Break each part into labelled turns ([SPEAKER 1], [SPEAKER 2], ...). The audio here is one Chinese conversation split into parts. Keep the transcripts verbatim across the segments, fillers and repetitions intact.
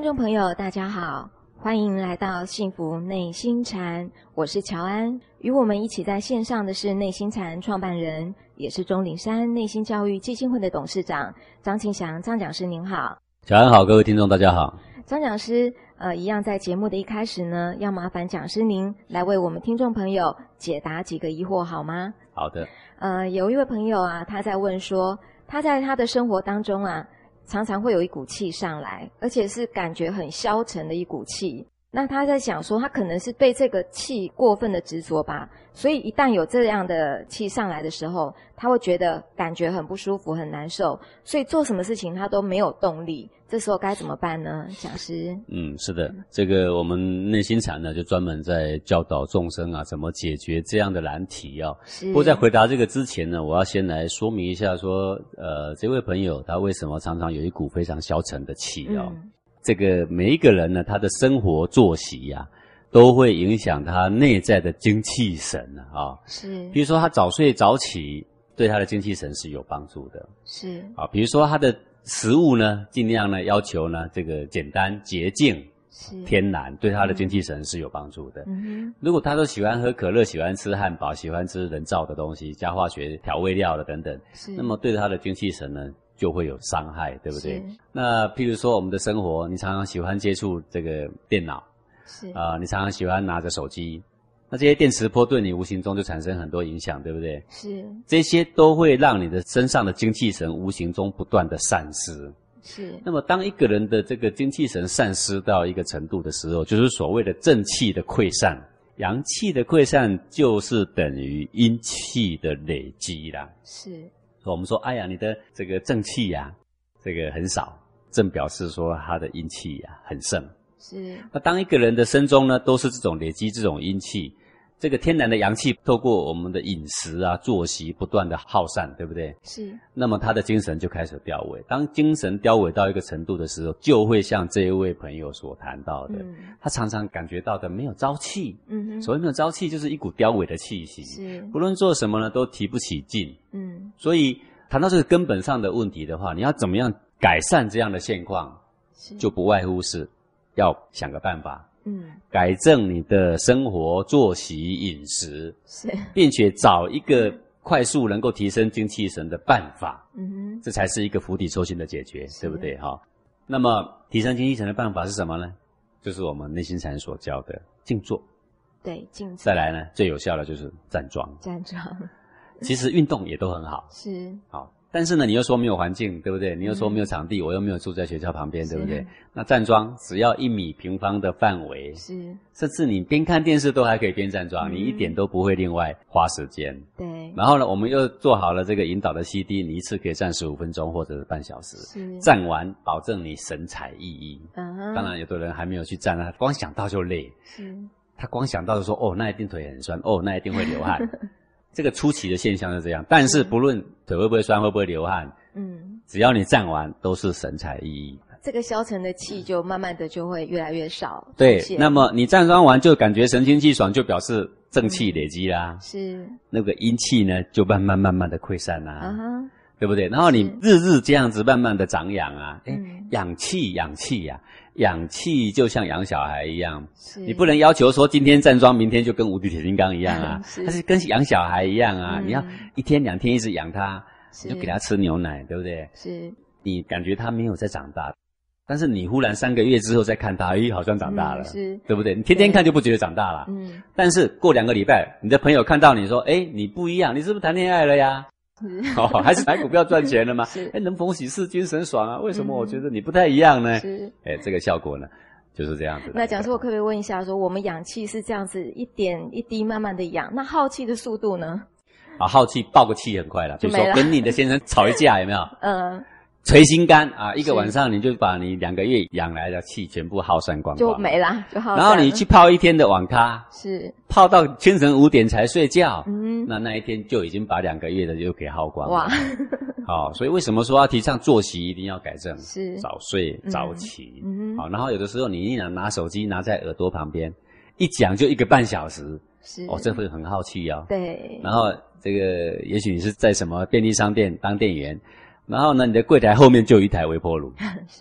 [SPEAKER 1] 众朋友大家好，欢迎来到幸福内心禅，我是乔安。与我们一起在线上的是内心禅创办人，也是钟岭山内心教育基金会的董事长张庆祥张讲师，您好。
[SPEAKER 2] 乔安好，各位听众大家好。
[SPEAKER 1] 张讲师呃，一样在节目的一开始呢，要麻烦讲师您来为我们听众朋友解答几个疑惑好吗？
[SPEAKER 2] 好的。
[SPEAKER 1] 呃，有一位朋友啊，他在问说，他在他的生活当中啊，常常会有一股气上来，而且是感觉很消沉的一股气。那他在想说，他可能是被这个气过分的执着吧，所以一旦有这样的气上来的时候，他会觉得感觉很不舒服，很难受，所以做什么事情他都没有动力。这时候该怎么办呢？讲师。
[SPEAKER 2] 嗯，是的，这个我们内心禅呢，就专门在教导众生啊，怎么解决这样的难题啊。不过在回答这个之前呢，我要先来说明一下说，呃，这位朋友他为什么常常有一股非常消沉的气啊。嗯，这个每一个人呢，他的生活作息啊，都会影响他内在的精气神啊。是，比如说他早睡早起，对他的精气神是有帮助的。是啊，比如说他的食物呢，尽量呢要求呢这个简单洁净、天然，对他的精气神是有帮助的。嗯，如果他都喜欢喝可乐、喜欢吃汉堡、喜欢吃人造的东西、加化学调味料的等等，那么对他的精气神呢就会有伤害，对不对？那譬如说我们的生活，你常常喜欢接触这个电脑，是啊、呃，你常常喜欢拿着手机，那这些电磁波对你无形中就产生很多影响，对不对？是，这些都会让你的身上的精气神无形中不断的散失。是，那么当一个人的这个精气神散失到一个程度的时候，就是所谓的正气的溃散，阳气的溃散就是等于阴气的累积啦。是。我们说，哎呀，你的这个正气呀、啊，这个很少，正表示说他的阴气呀、啊、很盛。是。那当一个人的身中呢，都是这种累积这种阴气，这个天然的阳气透过我们的饮食啊、作息不断的耗散，对不对？是。那么他的精神就开始凋萎。当精神凋萎到一个程度的时候，就会像这一位朋友所谈到的，嗯、他常常感觉到的没有朝气。嗯哼。所谓没有朝气，就是一股凋萎的气息。是。不论做什么呢，都提不起劲。嗯。所以谈到这个根本上的问题的话，你要怎么样改善这样的现况，就不外乎是要想个办法。嗯，改正你的生活作息饮食，是，并且找一个快速能够提升精气神的办法。嗯哼，这才是一个釜底抽薪的解决，对不对？哈。那么提升精气神的办法是什么呢？就是我们内心禅所教的静坐。对，静坐。再来呢，最有效的就是站桩。站桩。其实运动也都很好。是。好。但是呢，你又说没有环境，对不对？你又说没有场地，嗯、我又没有住在学校旁边，对不对？那站桩只要一米平方的范围，是，甚至你边看电视都还可以边站桩，嗯、你一点都不会另外花时间。对。然后呢，我们又做好了这个引导的 C D， 你一次可以站十五分钟或者是半小时，是，站完保证你神采奕奕。嗯哼。当然，有的人还没有去站啊，光想到就累。是。他光想到就说，哦，那一定腿很酸，哦，那一定会流汗。这个初期的现象是这样，但是不论腿会不会酸，会不会流汗，嗯，只要你站完都是神采奕奕。这个消沉的气就慢慢的就会越来越少。对，那么你站桩完就感觉神清气爽，就表示正气累积啦。嗯、是。那个阴气呢，就慢慢慢慢的溃散啦。啊哈。对不对？然后你日日这样子慢慢的长养啊，哎、嗯，养气养气呀、啊，养气就像养小孩一样，你不能要求说今天站桩，明天就跟无敌铁金刚一样啊，是它是跟养小孩一样啊，嗯、你要一天两天一直养他，就给他吃牛奶，对不对？是，你感觉他没有在长大，但是你忽然三个月之后再看他，咦，好像长大了，嗯、是，对不对？你天天看就不觉得长大了，嗯，但是过两个礼拜，你的朋友看到你说，哎，你不一样，你是不是谈恋爱了呀？哦，还是买股票赚钱了吗？哎，人逢喜事精神爽啊！为什么我觉得你不太一样呢？是，哎，这个效果呢，就是这样子的。那讲师，我可不可以问一下，说我们养气是这样子一点一滴慢慢的养，那耗气的速度呢？啊，耗气爆个气很快了，比如说跟你的先生吵一架，有没有？嗯。捶心肝啊，一个晚上你就把你两个月养来的气全部耗散光光，就没了，就耗散了。然后你去泡一天的网咖，是泡到清晨五点才睡觉，嗯，那那一天就已经把两个月的又给耗光了。哇，好，所以为什么说要提倡作息一定要改正？是早睡早起，嗯，好，然后有的时候你一拿拿手机拿在耳朵旁边，一讲就一个半小时，是哦，这会很耗气哦。对，然后这个也许你是在什么便利商店当店员。然后呢，你的柜台后面就有一台微波炉，是。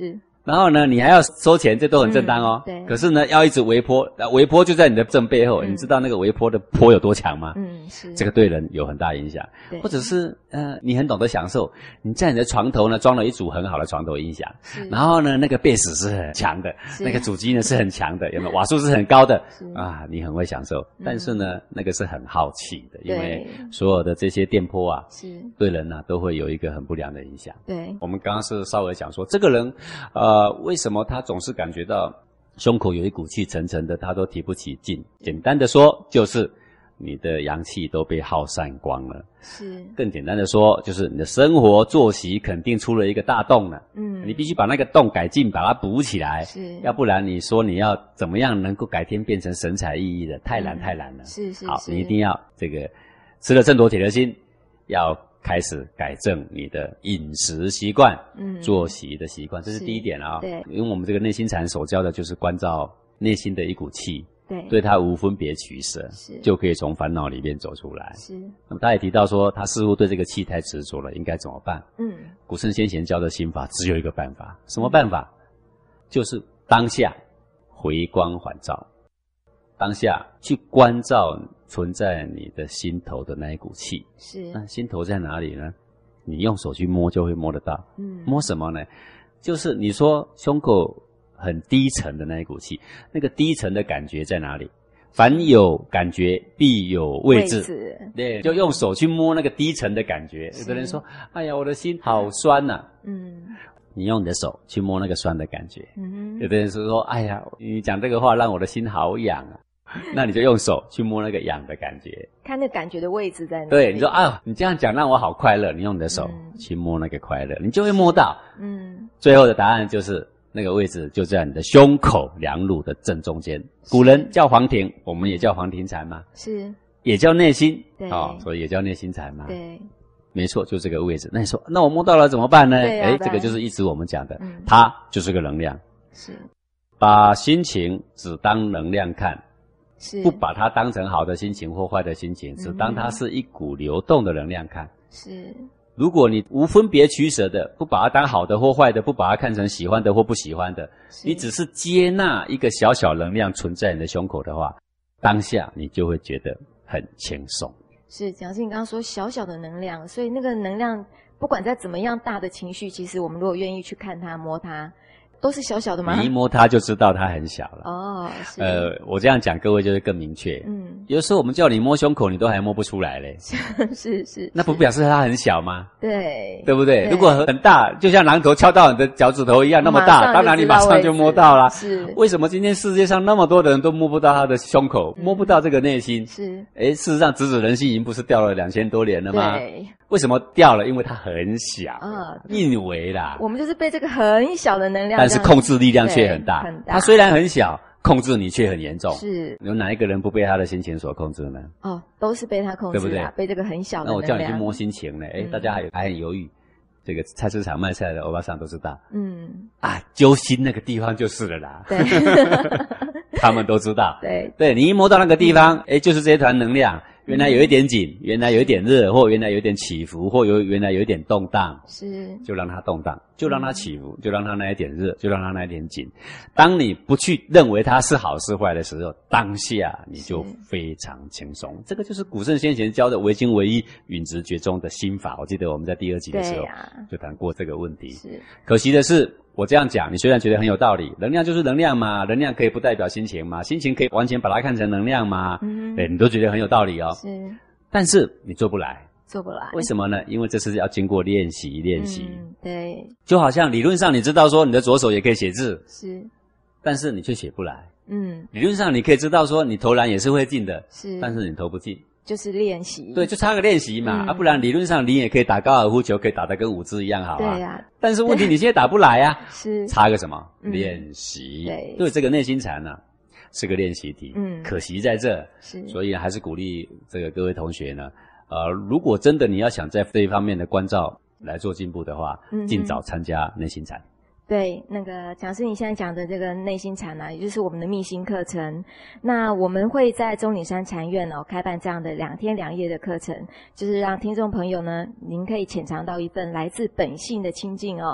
[SPEAKER 2] 然后呢，你还要收钱，这都很正当哦。
[SPEAKER 1] 嗯、对。
[SPEAKER 2] 可是呢，要一直微波，微波就在你的正背后，嗯、你知道那个微波的波有多强吗？
[SPEAKER 1] 嗯，是。
[SPEAKER 2] 这个对人有很大影响。对。或者是呃，你很懂得享受，你在你的床头呢装了一组很好的床头音响，然后呢，那个贝斯是很强的，那个主机呢是很强的，有没有？瓦数是很高的啊，你很会享受。嗯、但是呢，那个是很耗气的，因为所有的这些电波啊，是对人呢、啊、都会有一个很不良的影响。
[SPEAKER 1] 对。
[SPEAKER 2] 我们刚刚是稍微讲说，这个人呃，为什么他总是感觉到胸口有一股气沉沉的，他都提不起劲。简单的说，就是你的阳气都被耗散光了。是。更简单的说，就是你的生活作息肯定出了一个大洞了。嗯。你必须把那个洞改进，把它补起来。是。要不然你说你要怎么样能够改天变成神采奕奕的，太难太难了。是是是。好，你一定要这个吃了秤砣铁了心，要开始改正你的饮食习惯，嗯，作息的习惯，这是第一点啊。对，因为我们这个内心禅所教的就是关照内心的一股气，对，对它无分别取舍，是，就可以从烦恼里面走出来。是。那么他也提到说，他似乎对这个气太执着了，应该怎么办？嗯，古圣先贤教的心法只有一个办法，什么办法？嗯、就是当下回光返照，当下去关照存在你的心头的那一股气。是。那心头在哪里呢？你用手去摸就会摸得到。嗯。摸什么呢？就是你说胸口很低沉的那一股气，那个低沉的感觉在哪里？凡有感觉必有位置。位置。对，就用手去摸那个低沉的感觉。有的人说，哎呀，我的心好酸呐、啊。嗯。你用你的手去摸那个酸的感觉。嗯。有的人是说，哎呀，你讲这个话让我的心好痒啊。那你就用手去摸那个痒的感觉，
[SPEAKER 1] 看那感觉的位置在哪里。
[SPEAKER 2] 对，你说啊，你这样讲让我好快乐，你用你的手去摸那个快乐，嗯、你就会摸到。嗯，最后的答案就是那个位置就在你的胸口两乳的正中间。古人叫黄庭，我们也叫黄庭禅嘛，是，也叫内心，对，哦，所以也叫内心禅嘛。对，没错，就这个位置。那你说，那我摸到了怎么办呢？哎、啊，这个就是一直我们讲的，嗯、它就是个能量，是，把心情只当能量看。是，不把它当成好的心情或坏的心情，只当它是一股流动的能量看。是，如果你无分别取舍的，不把它当好的或坏的，不把它看成喜欢的或不喜欢的，你只是接纳一个小小能量存在你的胸口的话，当下你就会觉得很轻松。
[SPEAKER 1] 是，讲师你刚刚说小小的能量，所以那个能量不管在怎么样大的情绪，其实我们如果愿意去看它摸它，都是小小的吗？
[SPEAKER 2] 你一摸它就知道它很小了。哦，是。呃，我这样讲各位就会更明确。嗯，有时候我们叫你摸胸口，你都还摸不出来嘞。是是。那不表示它很小吗？对，对不对？对，如果很大，就像榔头敲到你的脚趾头一样那么大，当然你马上就摸到了。是。为什么今天世界上那么多的人都摸不到他的胸口，嗯、摸不到这个内心？是。诶，事实上，直指人心已经不是掉了两千多年了吗？对。为什么掉了？因为它很小，啊，因为啦，
[SPEAKER 1] 我们就是被这个很小的能量，
[SPEAKER 2] 但是控制力量却很大。很大，它虽然很小，控制你却很严重。是，有哪一个人不被他的心情所控制呢？
[SPEAKER 1] 哦，都是被他控制的，对不对？被这个很小的能量。
[SPEAKER 2] 那我叫你去摸心情呢？哎、嗯，大家还还很犹豫。这个菜市场卖菜的欧巴桑都知道。嗯，啊，揪心那个地方就是了啦。对，他们都知道。对，对你一摸到那个地方，哎、嗯，就是这一团能量。原来有一点紧，原来有一点热，或原来有一点起伏，或有原来有一点动荡，是，就让它动荡，就让它起伏，就让它那一点热，就让它那一点紧。当你不去认为它是好是坏的时候，当下你就非常轻松。这个就是古圣先贤教的唯精唯一、允直觉中的心法。我记得我们在第二集的时候就谈过这个问题。是，可惜的是。我这样讲，你虽然觉得很有道理，能量就是能量嘛，能量可以不代表心情嘛，心情可以完全把它看成能量嘛，嗯，对，你都觉得很有道理哦。是，但是你做不来，
[SPEAKER 1] 做不来，
[SPEAKER 2] 为什么呢？因为这是要经过练习，练习。
[SPEAKER 1] 嗯，对，
[SPEAKER 2] 就好像理论上你知道说你的左手也可以写字，是，但是你却写不来。嗯，理论上你可以知道说你投篮也是会进的，是，但是你投不进。就是练习，对，就差个练习嘛，嗯、啊，不然理论上你也可以打高尔夫球，可以打得跟舞姿一样好啊。对呀、啊，但是问题你现在打不来啊，是差个什么？嗯、练习。对，对，这个内心禅呢、啊、是个练习题，嗯，可惜在这，是，所以还是鼓励这个各位同学呢，呃，如果真的你要想在这一方面的关照来做进步的话，嗯，尽早参加内心禅。
[SPEAKER 1] 对，那个讲师你现在讲的这个内心禅啊，也就是我们的密心课程。那我们会在钟岭山禅院哦开办这样的两天两夜的课程，就是让听众朋友呢，您可以浅尝到一份来自本性的清净哦。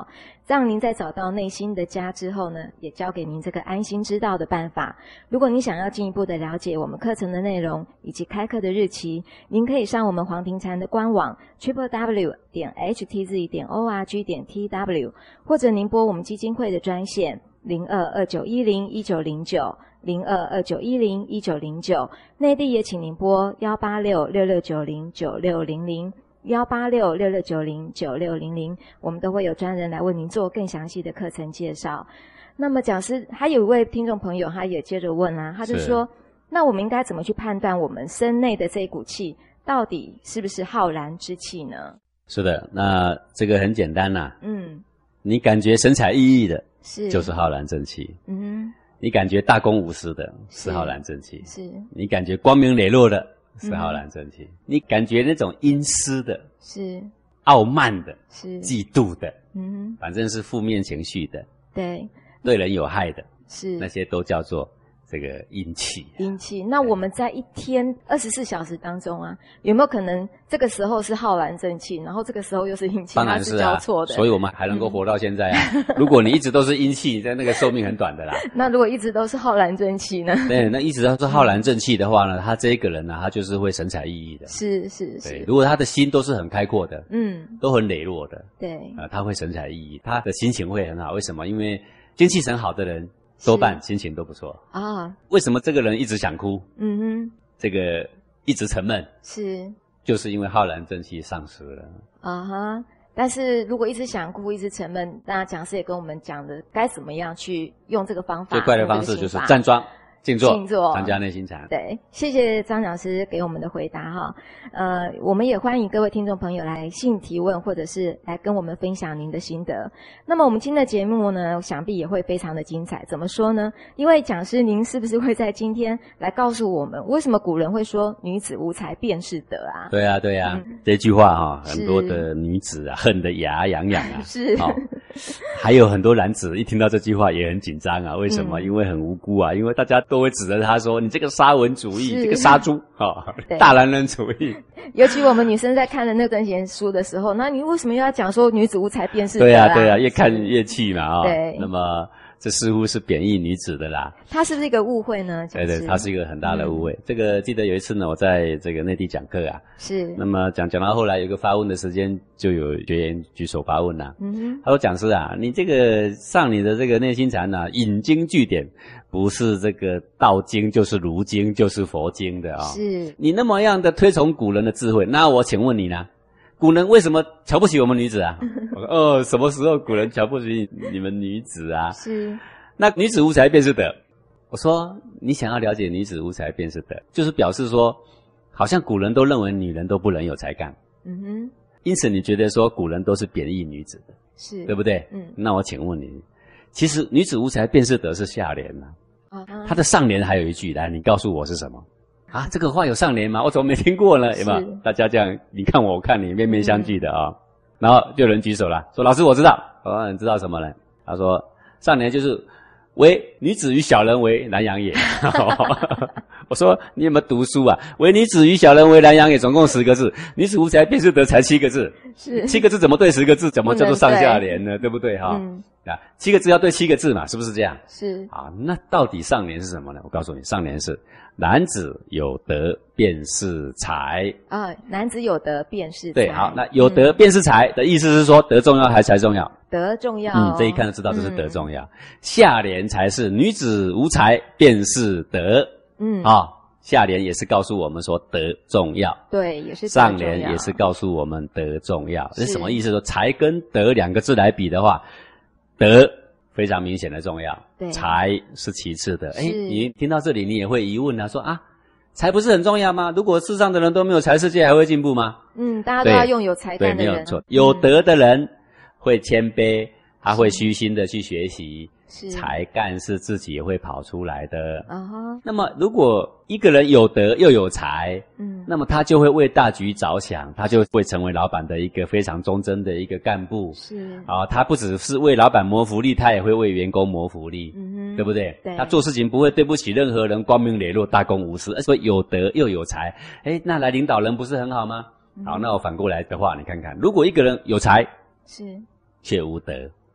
[SPEAKER 1] 让您在找到内心的家之后呢，也教给您这个安心知道的办法。如果您想要进一步的了解我们课程的内容以及开课的日期，您可以上我们黄庭禅的官网 triple w 点 h t z 点 o r g 点 t w， 或者您拨我们基金会的专线零二二九一零一九零九零二二九一零一九零九，内地也请您拨一八六六六九零九六零零。一八六六六九零九六零零，我们都会有专人来为您做更详细的课程介绍。那么讲师还有一位听众朋友，他也接着问啊，他就说，那我们应该怎么去判断我们身内的这一股气到底是不是浩然之气呢？
[SPEAKER 2] 是的，那这个很简单呐、啊，
[SPEAKER 1] 嗯，
[SPEAKER 2] 你感觉神采奕奕的，
[SPEAKER 1] 是
[SPEAKER 2] 就是浩然正气，
[SPEAKER 1] 嗯哼，
[SPEAKER 2] 你感觉大公无私的，是浩然正气，
[SPEAKER 1] 是
[SPEAKER 2] 你感觉光明磊落的，是浩然正气、嗯、你感觉那种阴湿的，
[SPEAKER 1] 是
[SPEAKER 2] 傲慢的，
[SPEAKER 1] 是
[SPEAKER 2] 嫉妒的，
[SPEAKER 1] 嗯，
[SPEAKER 2] 反正是负面情绪的，
[SPEAKER 1] 对，
[SPEAKER 2] 对人有害的，
[SPEAKER 1] 是
[SPEAKER 2] 那些都叫做这个阴气。
[SPEAKER 1] 阴气。那我们在一天二十四小时当中啊，有没有可能这个时候是浩然正气，然后这个时候又是阴气，
[SPEAKER 2] 当然是啊，
[SPEAKER 1] 它是交错的，
[SPEAKER 2] 所以我们还能够活到现在啊。嗯、如果你一直都是阴气，在那个寿命很短的啦。
[SPEAKER 1] 那如果一直都是浩然正气呢？
[SPEAKER 2] 对，那一直都是浩然正气的话呢，他这一个人呢，他就是会神采奕奕的。
[SPEAKER 1] 是是是。
[SPEAKER 2] 对，如果他的心都是很开阔的，
[SPEAKER 1] 嗯，
[SPEAKER 2] 都很磊落的，
[SPEAKER 1] 对，
[SPEAKER 2] 啊、呃，他会神采奕奕，他的心情会很好。为什么？因为精气神好的人，多半心情都不错啊。为什么这个人一直想哭？嗯哼，这个一直沉闷，是就是因为浩然正气丧失了
[SPEAKER 1] 啊哈。但是如果一直想哭，一直沉闷，那讲师也跟我们讲的该怎么样去用这个方法。
[SPEAKER 2] 最快的方式就是站桩。静坐，
[SPEAKER 1] 静坐，
[SPEAKER 2] 参加内心禅。
[SPEAKER 1] 对，谢谢张讲师给我们的回答哈。呃，我们也欢迎各位听众朋友来信提问，或者是来跟我们分享您的心得。那么我们今天的节目呢，想必也会非常的精彩。怎么说呢？因为讲师您是不是会在今天来告诉我们，为什么古人会说女子无才便是德啊？
[SPEAKER 2] 对啊，对啊，嗯、这句话哈、哦，很多的女子啊，恨得牙痒痒啊。
[SPEAKER 1] 是。
[SPEAKER 2] 哦，还有很多男子一听到这句话也很紧张啊。为什么？嗯、因为很无辜啊，因为大家都会指着他说：“你这个沙文主义，这个杀猪啊，哦、大男人主义。”
[SPEAKER 1] 尤其我们女生在看的那本闲书的时候，那你为什么又要讲说女子无才便是德啊？
[SPEAKER 2] 对啊，对啊，越看越气嘛啊、哦。
[SPEAKER 1] 对，
[SPEAKER 2] 那么这似乎是贬义女子的啦。
[SPEAKER 1] 它是不是一个误会呢？
[SPEAKER 2] 对对，它是一个很大的误会。嗯、这个记得有一次呢，我在这个内地讲课啊，是。那么讲讲到后来有个发问的时间，就有学员举手发问啦、啊。嗯哼，他说：“讲师啊，你这个上你的这个内心禅啊，引经据典。”不是这个道经，就是儒经，就是佛经的啊、哦。是你那么样的推崇古人的智慧，那我请问你呢？古人为什么瞧不起我们女子啊？我说哦，什么时候古人瞧不起你们女子啊？是，那女子无才便是德。我说你想要了解女子无才便是德，就是表示说，好像古人都认为女人都不能有才干。嗯哼，因此你觉得说古人都是贬义女子的，是对不对？嗯，那我请问你，其实女子无才便是德是下联啊。他的上联还有一句，来，你告诉我是什么？啊，这个话有上联吗？我怎么没听过呢？有没有？大家这样，你看我，我看你，面面相觑的啊、哦。然后就有人举手了，说：“老师，我知道。”我说：“你知道什么呢？”他说：“上联就是‘唯女子与小人为难养也’。”我说：“你有没有读书啊？‘唯女子与小人为难养也’总共十个字，女子无才便是德才七个字，是七个字怎么对十个字？怎么叫做上下联呢？对不对哈？”嗯啊，七个字要对七个字嘛，是不是这样？是啊，那到底上联是什么呢？我告诉你，上联是男子有德便是才
[SPEAKER 1] 啊，男子有德便是才。
[SPEAKER 2] 对，好，那有德便是才的意思是说，德重要还是才重要？
[SPEAKER 1] 德重要。
[SPEAKER 2] 嗯，这一看就知道这是德重要。嗯、下联才是女子无才便是德。嗯啊，下联也是告诉我们说德重要。对，也是。上联也是告诉我们德重要。是什么意思？说才跟德两个字来比的话。德非常明显的重要，对，才是其次的。诶，你听到这里，你也会疑问啊，说啊，才不是很重要吗？如果世上的人都没有才，世界还会进步吗？嗯，大家都要用有才干的人。对，没有错。有德的人会谦卑，他会虚心的去学习，才干是自己也会跑出来的。啊哈。那么，如果一个人有德又有才，嗯，那么他就会为大局着想，他就会成为老板的一个非常忠贞的一个干部。是啊，他不只是为老板谋福利，他也会为员工谋福利，嗯哼，对不对？对，他做事情不会对不起任何人，光明磊落，大公无私，而且有德又有才。诶，那来领导人不是很好吗？嗯、好，那我反过来的话，你看看，如果一个人有才，是却无德。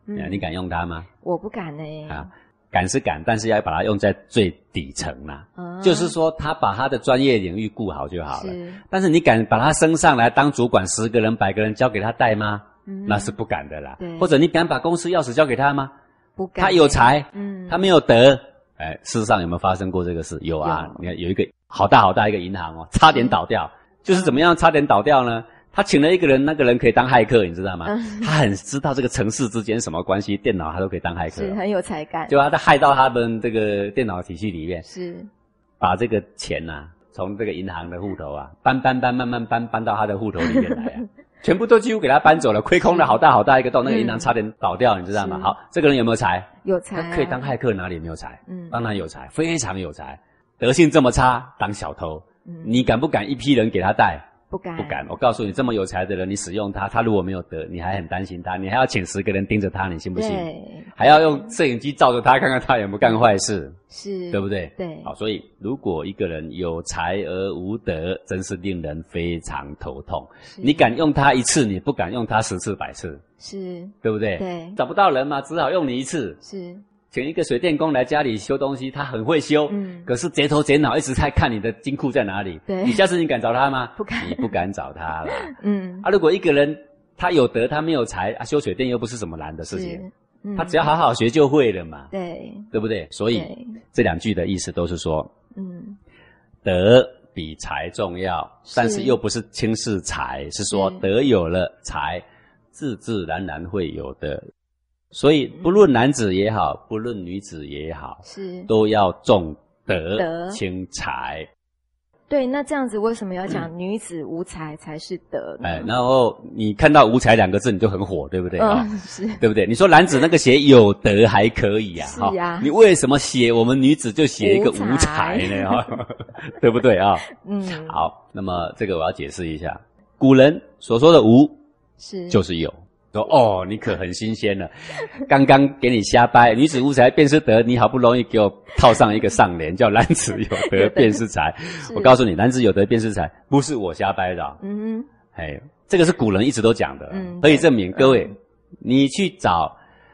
[SPEAKER 1] 嗯，
[SPEAKER 2] 你敢用它吗？
[SPEAKER 1] 我不敢呢、欸。
[SPEAKER 2] 啊，敢是敢，但是要把它用在最底层啦、啊。就是说，他把他的专业领域顾好就好了。是。但是你敢把他升上来当主管，十个人、百个人交给他带吗？嗯，那是不敢的啦。对。或者你敢把公司钥匙交给他吗？
[SPEAKER 1] 不敢。
[SPEAKER 2] 他有才，嗯，他没有德。哎，事实上有没有发生过这个事？有啊。有你看，有一个好大好大一个银行哦，差点倒掉。就是怎么样差点倒掉呢？他请了一个人，那个人可以当骇客，你知道吗？嗯、他很知道这个城市之间什么关系，电脑他都可以当骇客，
[SPEAKER 1] 是很有才干。
[SPEAKER 2] 就他害到他们这个电脑体系里面，
[SPEAKER 1] 是
[SPEAKER 2] 把这个钱呐、啊，从这个银行的户头啊，搬搬搬慢慢搬搬到他的户头里面来啊，全部都几乎给他搬走了，亏空了好大好大一个洞，那个银行差点倒掉，你知道吗？好，这个人有没有才？
[SPEAKER 1] 有才、啊，
[SPEAKER 2] 他可以当骇客，哪里没有才？嗯，当然有才，非常有才，德性这么差，当小偷。嗯，你敢不敢一批人给他带？
[SPEAKER 1] 不敢，
[SPEAKER 2] 不敢。我告诉你，这么有才的人，你使用他，他如果没有德，你还很担心他，你还要请十个人盯着他，你信不信？
[SPEAKER 1] 对，
[SPEAKER 2] 还要用摄影机照着他，看看他有没有干坏事，
[SPEAKER 1] 是，
[SPEAKER 2] 对不对？
[SPEAKER 1] 对。
[SPEAKER 2] 好，所以如果一个人有才而无德，真是令人非常头痛。你敢用他一次，你不敢用他十次百次，
[SPEAKER 1] 是，
[SPEAKER 2] 对不对？
[SPEAKER 1] 对。
[SPEAKER 2] 找不到人嘛，只好用你一次。
[SPEAKER 1] 是。
[SPEAKER 2] 请一个水电工来家里修东西，他很会修，嗯，可是贼头贼脑，一直在看你的金库在哪里。
[SPEAKER 1] 对，
[SPEAKER 2] 你下次你敢找他吗？
[SPEAKER 1] 不敢，
[SPEAKER 2] 你不敢找他啦。
[SPEAKER 1] 嗯，
[SPEAKER 2] 啊，如果一个人他有德，他没有才，啊，修水电又不是什么难的事情，嗯，他只要好好学就会了嘛。
[SPEAKER 1] 对，
[SPEAKER 2] 对不对？所以这两句的意思都是说，
[SPEAKER 1] 嗯，
[SPEAKER 2] 德比才重要，但是又不是轻视才，是说德有了才，自自然然会有的。所以不论男子也好，不论女子也好，
[SPEAKER 1] 是
[SPEAKER 2] 都要重德轻才。
[SPEAKER 1] 对，那这样子为什么要讲女子无才才是德呢？
[SPEAKER 2] 哎，然后你看到无才两个字，你就很火，对不对？
[SPEAKER 1] 嗯，哦，是，
[SPEAKER 2] 对不对？你说男子那个写有德还可以啊，
[SPEAKER 1] 是啊，
[SPEAKER 2] 你为什么写我们女子就写一个无才呢？哈，对不对啊？嗯，好，那么这个我要解释一下，古人所说的无
[SPEAKER 1] 是就是
[SPEAKER 2] 有。说哦，你可很新鲜了，刚刚给你瞎掰，女子无才便是德，你好不容易给我套上一个上联，叫男子有德便是才。我告诉你，男子有德便是才，不是我瞎掰的，哦。嗯哼，哎，这个是古人一直都讲的，嗯，可以证明。各位，嗯，你去找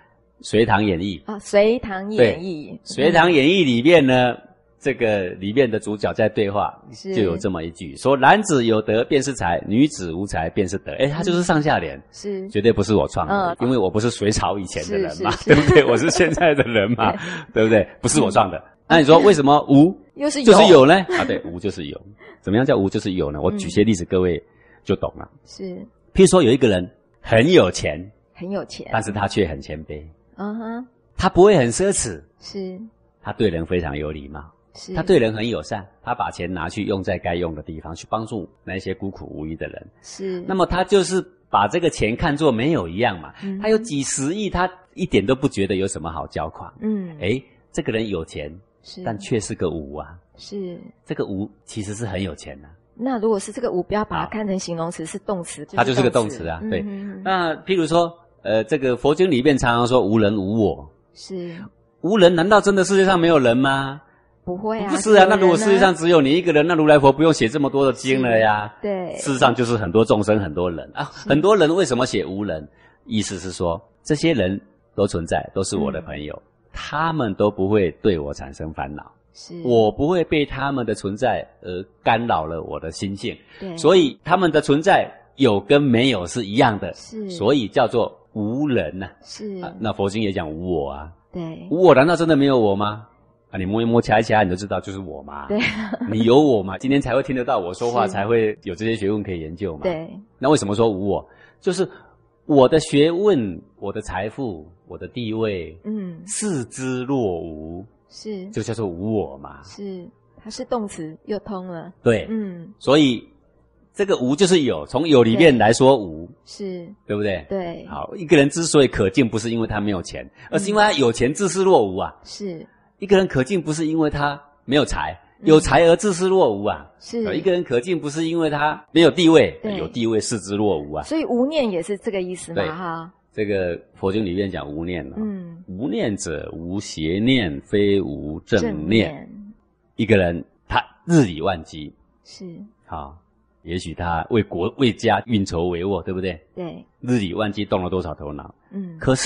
[SPEAKER 2] 《隋唐演义》
[SPEAKER 1] 啊，《隋唐演义》，
[SPEAKER 2] 《隋唐演义》里面呢。这个里面的主角在对话，就有这么一句说：“男子有德便是才，女子无才便是德。”哎，他就是上下联，
[SPEAKER 1] 是
[SPEAKER 2] 绝对不是我创的，嗯，因为我不是隋朝以前的人嘛，对不对？我是现在的人嘛，对不对？不是我创的。那你说为什么无
[SPEAKER 1] 又是有
[SPEAKER 2] 就是有呢？啊，对，无就是有。怎么样叫无就是有呢？我举些例子，各位就懂了。
[SPEAKER 1] 是，
[SPEAKER 2] 譬如说有一个人很有钱，
[SPEAKER 1] 很有钱，
[SPEAKER 2] 但是他却很谦卑。
[SPEAKER 1] 嗯哼，
[SPEAKER 2] 他不会很奢侈，
[SPEAKER 1] 是，
[SPEAKER 2] 他对人非常有礼貌。他对人很友善，他把钱拿去用在该用的地方，去帮助那些孤苦无依的人。
[SPEAKER 1] 是，
[SPEAKER 2] 那么他就是把这个钱看作没有一样嘛。嗯，他有几十亿，他一点都不觉得有什么好骄狂。嗯，诶，这个人有钱，是，但却是个无啊。
[SPEAKER 1] 是，
[SPEAKER 2] 这个无其实是很有钱的，啊。
[SPEAKER 1] 那如果是这个无，不要把它看成形容词，是动词，
[SPEAKER 2] 它就是个动词啊。对，嗯，那譬如说，呃，这个佛经里面常常说无人无我，
[SPEAKER 1] 是，
[SPEAKER 2] 无人难道真的世界上没有人吗？
[SPEAKER 1] 不会啊，
[SPEAKER 2] 不是啊，那如果世界上只有你一个人，那如来佛不用写这么多的经了呀。
[SPEAKER 1] 对，
[SPEAKER 2] 事实上就是很多众生，很多人啊，很多人为什么写无人？意思是说，这些人都存在，都是我的朋友，嗯，他们都不会对我产生烦恼，是我不会被他们的存在而干扰了我的心性。对，所以他们的存在有跟没有是一样的，是，所以叫做无人呐，啊。是，啊，那佛经也讲无我啊。
[SPEAKER 1] 对，
[SPEAKER 2] 无我难道真的没有我吗？啊，你摸一摸掐一掐，你就知道就是我嘛。
[SPEAKER 1] 对，
[SPEAKER 2] 你有我嘛，今天才会听得到我说话，才会有这些学问可以研究嘛。
[SPEAKER 1] 对，
[SPEAKER 2] 那为什么说无我？就是我的学问、我的财富、我的地位，嗯，视之若无，
[SPEAKER 1] 是，
[SPEAKER 2] 就叫做无我嘛。
[SPEAKER 1] 是，它是动词又通了。
[SPEAKER 2] 对，嗯，所以这个无就是有，从有里面来说无，
[SPEAKER 1] 是，
[SPEAKER 2] 对不对？
[SPEAKER 1] 对。
[SPEAKER 2] 好，一个人之所以可敬，不是因为他没有钱，而是因为他有钱自视若无啊。
[SPEAKER 1] 是。
[SPEAKER 2] 一个人可敬不是因为他没有才，有才而自视若无啊。
[SPEAKER 1] 是，
[SPEAKER 2] 一个人可敬不是因为他没有地位，有地位视之若无啊。
[SPEAKER 1] 所以无念也是这个意思嘛，哈。
[SPEAKER 2] 这个佛经里面讲无念了，嗯，无念者无邪念，非无正念。正念一个人他日理万机，
[SPEAKER 1] 是，
[SPEAKER 2] 好，也许他为国为家运筹帷幄，对不对？
[SPEAKER 1] 对，
[SPEAKER 2] 日理万机动了多少头脑，嗯，可是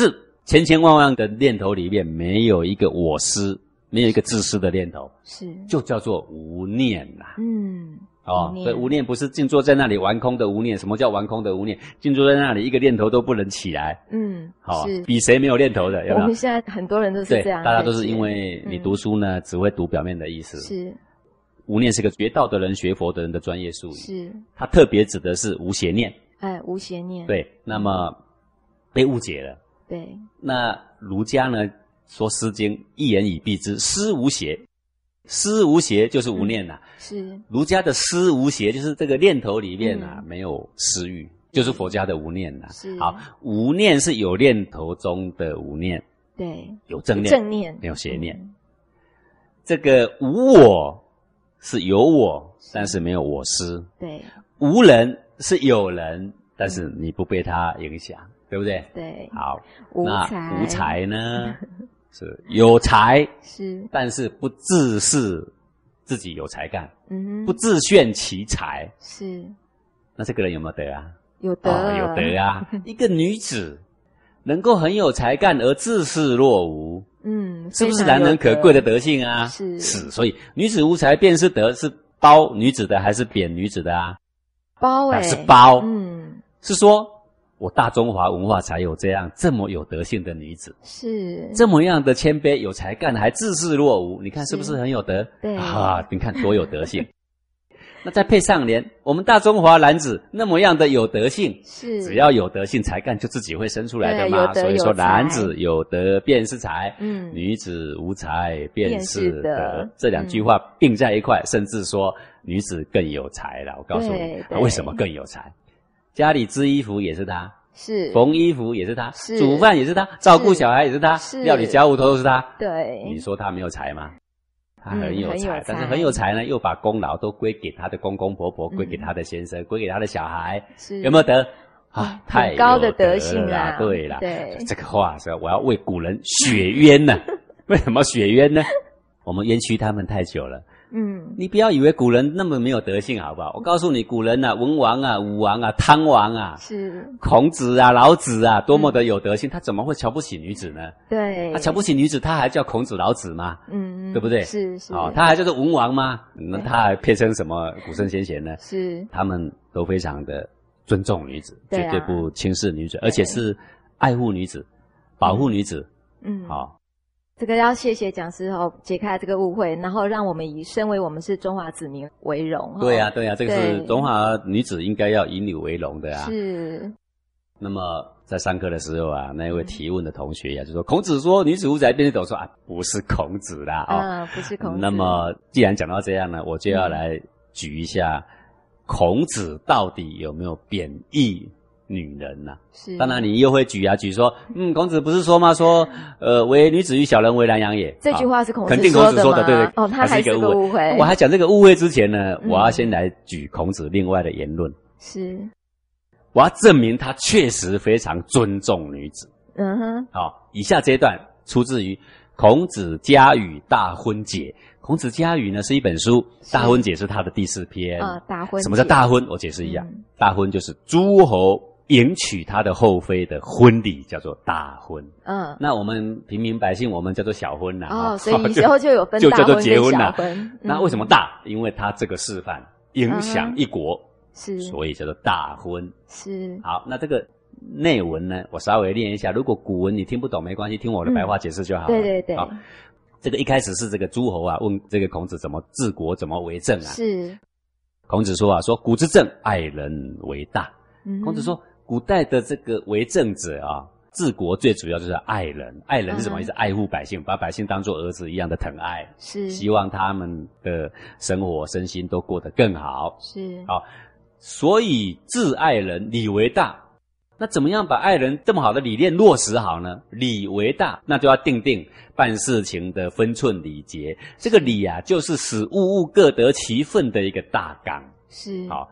[SPEAKER 2] 千千万万的念头里面没有一个我思，没有一个自私的念头，
[SPEAKER 1] 是
[SPEAKER 2] 就叫做无念啦。
[SPEAKER 1] 嗯，
[SPEAKER 2] 哦，所以无念不是静坐在那里玩空的无念。什么叫玩空的无念？静坐在那里一个念头都不能起来。
[SPEAKER 1] 嗯，
[SPEAKER 2] 好、哦，
[SPEAKER 1] 是
[SPEAKER 2] 比谁没有念头的？有没有？
[SPEAKER 1] 我们现在很多人都是这样，
[SPEAKER 2] 大家都是因为你读书呢，嗯、只会读表面的意思。
[SPEAKER 1] 是。
[SPEAKER 2] 无念是个学道的人、学佛的人的专业术语，
[SPEAKER 1] 是
[SPEAKER 2] 它特别指的是无邪念。
[SPEAKER 1] 哎，无邪念。
[SPEAKER 2] 对，那么被误解了。
[SPEAKER 1] 对，
[SPEAKER 2] 那儒家呢说《诗经》一言以蔽之，思无邪，思无邪就是无念呐、啊嗯。
[SPEAKER 1] 是
[SPEAKER 2] 儒家的思无邪，就是这个念头里面啊、嗯、没有私欲，就是佛家的无念呐、啊。
[SPEAKER 1] 是
[SPEAKER 2] 好，无念是有念头中的无念，
[SPEAKER 1] 对，
[SPEAKER 2] 有正念，
[SPEAKER 1] 正念
[SPEAKER 2] 没有邪念。嗯、这个无我。是有我，但是没有我思。
[SPEAKER 1] 对，
[SPEAKER 2] 无人是有人，但是你不被他影响，嗯、对不对？
[SPEAKER 1] 对。
[SPEAKER 2] 好，
[SPEAKER 1] 无
[SPEAKER 2] 那
[SPEAKER 1] 才
[SPEAKER 2] 无才呢？是有才，
[SPEAKER 1] 是，
[SPEAKER 2] 但是不自视自己有才干，
[SPEAKER 1] 嗯，
[SPEAKER 2] 不自炫其才，
[SPEAKER 1] 是。
[SPEAKER 2] 那这个人有没有德啊？
[SPEAKER 1] 有德、
[SPEAKER 2] 哦，有德啊！一个女子能够很有才干而自视若无。
[SPEAKER 1] 嗯，
[SPEAKER 2] 是不是难能可贵的德性啊？
[SPEAKER 1] 是
[SPEAKER 2] 是，所以女子无才便是德，是褒女子的还是贬女子的啊？
[SPEAKER 1] 褒哎、欸，
[SPEAKER 2] 是褒，
[SPEAKER 1] 嗯，
[SPEAKER 2] 是说我大中华文化才有这样这么有德性的女子，
[SPEAKER 1] 是
[SPEAKER 2] 这么样的谦卑有才干，还自视若无，你看是不是很有德？
[SPEAKER 1] 对
[SPEAKER 2] 啊，你看多有德性。那再配上联，我们大中华男子那么样的有德性，
[SPEAKER 1] 是
[SPEAKER 2] 只要有德性才干就自己会生出来的嘛。所以说男子有德便是才，嗯，女子无才便是德。这两句话并在一块，嗯、甚至说女子更有才了。我告诉你，啊、为什么更有才？家里织衣服也是她，
[SPEAKER 1] 是
[SPEAKER 2] 缝衣服也是她，
[SPEAKER 1] 是
[SPEAKER 2] 煮饭也是她，照顾小孩也是她，是料理家务都是她。
[SPEAKER 1] 对，
[SPEAKER 2] 你说她没有才吗？他很有才，
[SPEAKER 1] 嗯、很有才
[SPEAKER 2] 但是很有才呢，又把功劳都归给他的公公婆婆，归、嗯、给他的先生，归给他的小孩，有没有德啊？太有德了，
[SPEAKER 1] 高的德性啊！
[SPEAKER 2] 对啦，
[SPEAKER 1] 对，
[SPEAKER 2] 这个话是我要为古人雪冤呢。为什么雪冤呢？我们冤屈他们太久了。嗯，你不要以为古人那么没有德性，好不好？我告诉你，古人啊，文王啊，武王啊，汤王啊，
[SPEAKER 1] 是
[SPEAKER 2] 孔子啊，老子啊，多么的有德性，嗯、他怎么会瞧不起女子呢？
[SPEAKER 1] 对，
[SPEAKER 2] 他瞧不起女子，他还叫孔子、老子吗？嗯，对不对？
[SPEAKER 1] 是是。
[SPEAKER 2] 哦，他还叫做文王吗？那他还配称什么古圣先贤呢？
[SPEAKER 1] 是，
[SPEAKER 2] 他们都非常的尊重女子，
[SPEAKER 1] 对啊、
[SPEAKER 2] 绝对不轻视女子，而且是爱护女子、保护女子。
[SPEAKER 1] 嗯，
[SPEAKER 2] 好。哦
[SPEAKER 1] 这个要谢谢讲师哦，解开这个误会，然后让我们以身为我们是中华子民为荣。
[SPEAKER 2] 对呀、啊，对呀、啊，这个是中华女子应该要以你为荣的啊。
[SPEAKER 1] 是。
[SPEAKER 2] 那么在上课的时候啊，那一位提问的同学呀、啊，就说孔子说女子无才便是德，说啊，不是孔子啦，哦，
[SPEAKER 1] 嗯，不是孔子。
[SPEAKER 2] 那么既然讲到这样呢，我就要来举一下孔子到底有没有贬义女人呐、啊？是，当然你又会举啊举说，嗯，孔子不是说吗？说，呃，唯女子与小人为难养也。
[SPEAKER 1] 这句话是孔子
[SPEAKER 2] 肯定孔子说的，对对。
[SPEAKER 1] 哦，他还是个误会。
[SPEAKER 2] 我还讲这个误会之前呢，嗯、我要先来举孔子另外的言论。
[SPEAKER 1] 是，
[SPEAKER 2] 我要证明他确实非常尊重女子。
[SPEAKER 1] 嗯哼。
[SPEAKER 2] 好，以下这一段出自于《孔子家语大婚解》。孔子家语呢是一本书，大婚解是他的第四篇。
[SPEAKER 1] 啊，大婚。
[SPEAKER 2] 什么叫大婚？我解释一下，嗯、大婚就是诸侯迎娶他的后妃的婚礼，叫做大婚。嗯，那我们平民百姓，我们叫做小婚啦。
[SPEAKER 1] 哦，所以以后就有分
[SPEAKER 2] 大婚跟小婚
[SPEAKER 1] 啦。嗯、
[SPEAKER 2] 那为什么大？因为他这个示范影响一国，嗯、
[SPEAKER 1] 是，
[SPEAKER 2] 所以叫做大婚。
[SPEAKER 1] 是。
[SPEAKER 2] 好，那这个内文呢，我稍微念一下。如果古文你听不懂没关系，听我的白话解释就好了。
[SPEAKER 1] 嗯、对对对。
[SPEAKER 2] 好，这个一开始是这个诸侯啊问这个孔子怎么治国，怎么为政啊？
[SPEAKER 1] 是。
[SPEAKER 2] 孔子说啊，说古之政，爱人为大。嗯、孔子说，古代的这个为政者啊，治国最主要就是爱人。爱人是什么意思？嗯、爱护百姓，把百姓当作儿子一样的疼爱，
[SPEAKER 1] 是
[SPEAKER 2] 希望他们的生活身心都过得更好。
[SPEAKER 1] 是。
[SPEAKER 2] 好，所以治爱人，礼为大。那怎么样把爱人这么好的理念落实好呢？礼为大，那就要定定办事情的分寸礼节。这个礼啊，就是使物物各得其分的一个大纲。
[SPEAKER 1] 是。
[SPEAKER 2] 好，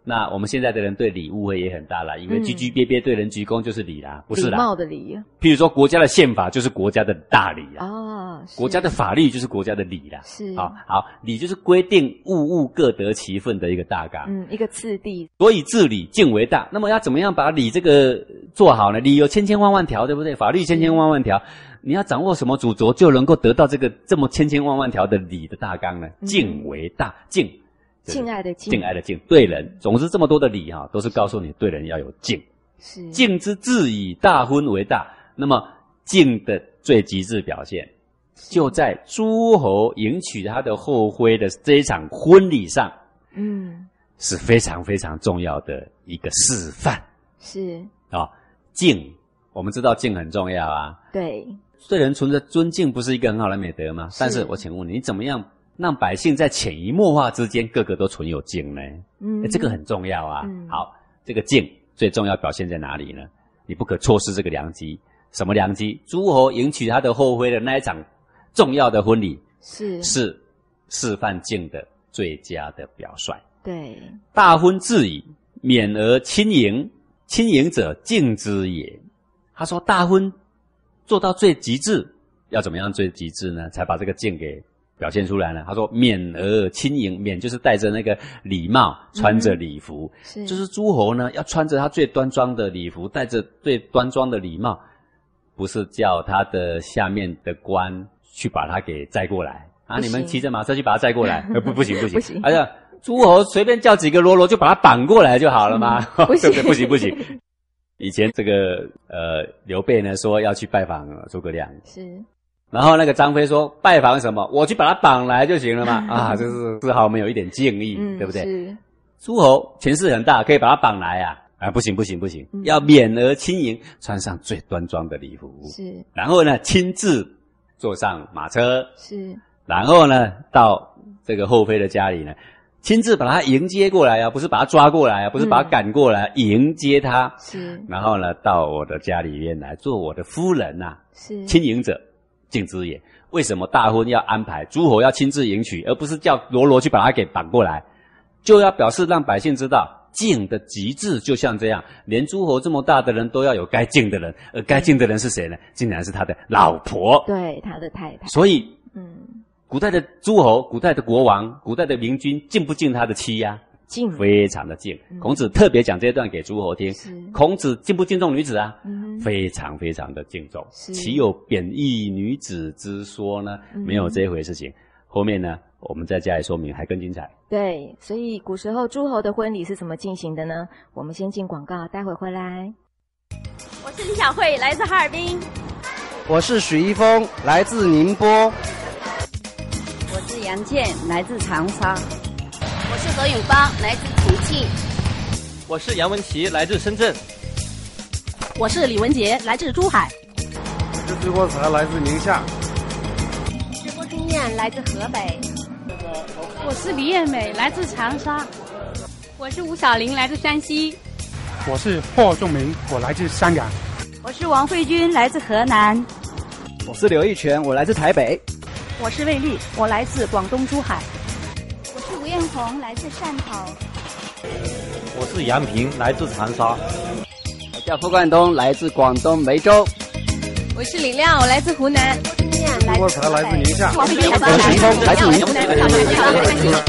[SPEAKER 2] 那我们现在的人对礼误会也很大啦，因为
[SPEAKER 1] 嗯
[SPEAKER 2] 居居憋憋对人鞠躬就是礼啦，不是啦。
[SPEAKER 1] 礼貌的礼
[SPEAKER 2] 譬如说国家的宪法就是国家的大礼啊，
[SPEAKER 1] 哦，是
[SPEAKER 2] 国家的法律就是国家的礼啦。
[SPEAKER 1] 是
[SPEAKER 2] 好，好，礼就是规定物物各得其分的一个大纲。
[SPEAKER 1] 嗯，一个次第。
[SPEAKER 2] 所以治理敬为大。那么要怎么样把礼这个做好呢？礼有千千万万条，对不对？法律千千万万条，你要掌握什么主轴，就能够得到这个这么千千万万条的礼的大纲呢？
[SPEAKER 1] 嗯
[SPEAKER 2] 敬为大，敬。
[SPEAKER 1] 敬爱的敬，
[SPEAKER 2] 敬爱的敬，对人，总之这么多的礼哈，都是告诉你对人要有敬。
[SPEAKER 1] 是
[SPEAKER 2] 敬之至以大婚为大，那么敬的最极致表现，就在诸侯迎娶他的后妃的这一场婚礼上，
[SPEAKER 1] 嗯，
[SPEAKER 2] 是非常非常重要的一个示范。
[SPEAKER 1] 是
[SPEAKER 2] 啊、哦，敬，我们知道敬很重要啊，
[SPEAKER 1] 对，
[SPEAKER 2] 对人存着尊敬不是一个很好的美德吗？
[SPEAKER 1] 是
[SPEAKER 2] 但是我请问你，你怎么样让百姓在潜移默化之间，个个都存有敬呢？
[SPEAKER 1] 嗯
[SPEAKER 2] 诶，这个很重要啊。
[SPEAKER 1] 嗯
[SPEAKER 2] 好，这个敬最重要表现在哪里呢？你不可错失这个良机。什么良机？诸侯迎娶他的后妃的那一场重要的婚礼，
[SPEAKER 1] 是
[SPEAKER 2] 是示范敬的最佳的表率。
[SPEAKER 1] 对，
[SPEAKER 2] 大婚至矣，免而亲迎，亲迎者敬之也。他说大婚做到最极致，要怎么样最极致呢？才把这个敬给表现出来呢？他说免而亲迎，免就是戴着那个礼帽，穿着礼服，
[SPEAKER 1] 是
[SPEAKER 2] 就是诸侯呢要穿着他最端庄的礼服，戴着最端庄的礼帽，不是叫他的下面的官去把他给载过来啊！
[SPEAKER 1] 不行
[SPEAKER 2] 你们骑着马车去把他载过来，呃不不行不行
[SPEAKER 1] 不行
[SPEAKER 2] 哎呀，诸侯随便叫几个喽啰就把他绑过来就好了吗？
[SPEAKER 1] 嗯不行
[SPEAKER 2] 对不对？不行不行。以前这个呃刘备呢说要去拜访诸葛亮，
[SPEAKER 1] 是
[SPEAKER 2] 然后那个张飞说拜访什么？我去把他绑来就行了嘛。啊，这是丝毫没有一点敬意，
[SPEAKER 1] 嗯
[SPEAKER 2] 对不对？
[SPEAKER 1] 是
[SPEAKER 2] 诸侯权势很大，可以把他绑来啊。啊，不行不行不行，
[SPEAKER 1] 嗯
[SPEAKER 2] 要免而亲迎，穿上最端庄的礼服，
[SPEAKER 1] 是
[SPEAKER 2] 然后呢亲自坐上马车，
[SPEAKER 1] 是
[SPEAKER 2] 然后呢到这个后妃的家里呢，亲自把他迎接过来啊，不是把他抓过来啊，不是把他赶过来，嗯、迎接他，
[SPEAKER 1] 是
[SPEAKER 2] 然后呢到我的家里面来做我的夫人呐、啊，
[SPEAKER 1] 是
[SPEAKER 2] 亲迎者敬之也。为什么大婚要安排诸侯要亲自迎娶，而不是叫罗罗去把他给绑过来？就要表示让百姓知道敬的极致就像这样，连诸侯这么大的人都要有该敬的人，而该敬的人是谁呢？竟然是他的老婆。
[SPEAKER 1] 对他的太太，
[SPEAKER 2] 所以，
[SPEAKER 1] 嗯，
[SPEAKER 2] 古代的诸侯、古代的国王、古代的明君敬不敬他的妻呀、啊？
[SPEAKER 1] 敬
[SPEAKER 2] 非常的敬。
[SPEAKER 1] 嗯
[SPEAKER 2] 孔子特别讲这段给诸侯听。
[SPEAKER 1] 是
[SPEAKER 2] 孔子敬不敬重女子啊？
[SPEAKER 1] 嗯
[SPEAKER 2] 非常非常的敬重。
[SPEAKER 1] 是
[SPEAKER 2] 岂有贬义女子之说呢？
[SPEAKER 1] 嗯
[SPEAKER 2] 没有这一回事情。后面呢，我们再加以说明，还更精彩。
[SPEAKER 1] 对，所以古时候诸侯的婚礼是怎么进行的呢？我们先进广告，待会回来。
[SPEAKER 3] 我是李小慧，来自哈尔滨。
[SPEAKER 4] 我是许一峰，来自宁波。
[SPEAKER 5] 我是杨倩，来自长沙。
[SPEAKER 3] 我是何永芳，来自重庆。
[SPEAKER 6] 我是杨文琪，来自深圳。
[SPEAKER 3] 我是李文杰，来自珠海。
[SPEAKER 7] 我是郭才，来自宁夏。
[SPEAKER 3] 是郭金燕，来自河北。
[SPEAKER 8] 我是李艳美，来自长沙。我是吴小玲，来自山西。
[SPEAKER 7] 我是霍仲明，我来自香港。
[SPEAKER 5] 我是王慧君，来自河南。
[SPEAKER 4] 我是刘义全，我来自台北。
[SPEAKER 5] 我是魏丽，我来自广东珠海。
[SPEAKER 3] 我是吴艳红，来自汕头。
[SPEAKER 6] 我是杨平，来自长沙。
[SPEAKER 4] 我叫傅冠东，来自广东梅州。
[SPEAKER 3] 我是李亮，我来自湖南。郭金燕，来
[SPEAKER 7] 郭才，来自宁夏。
[SPEAKER 5] 我是徐峰，来自宁
[SPEAKER 3] 夏。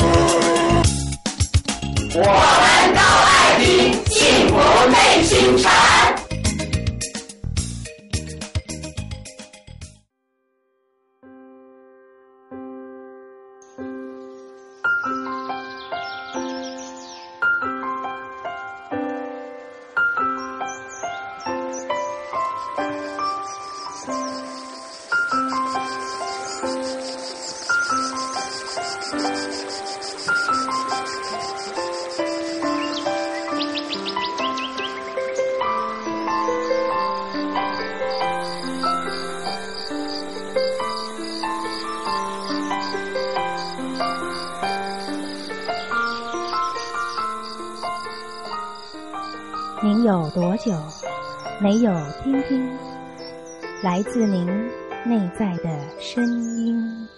[SPEAKER 9] 我们到爱拼，幸福内心禅。
[SPEAKER 10] 您有多久没有听听来自您内在的声音？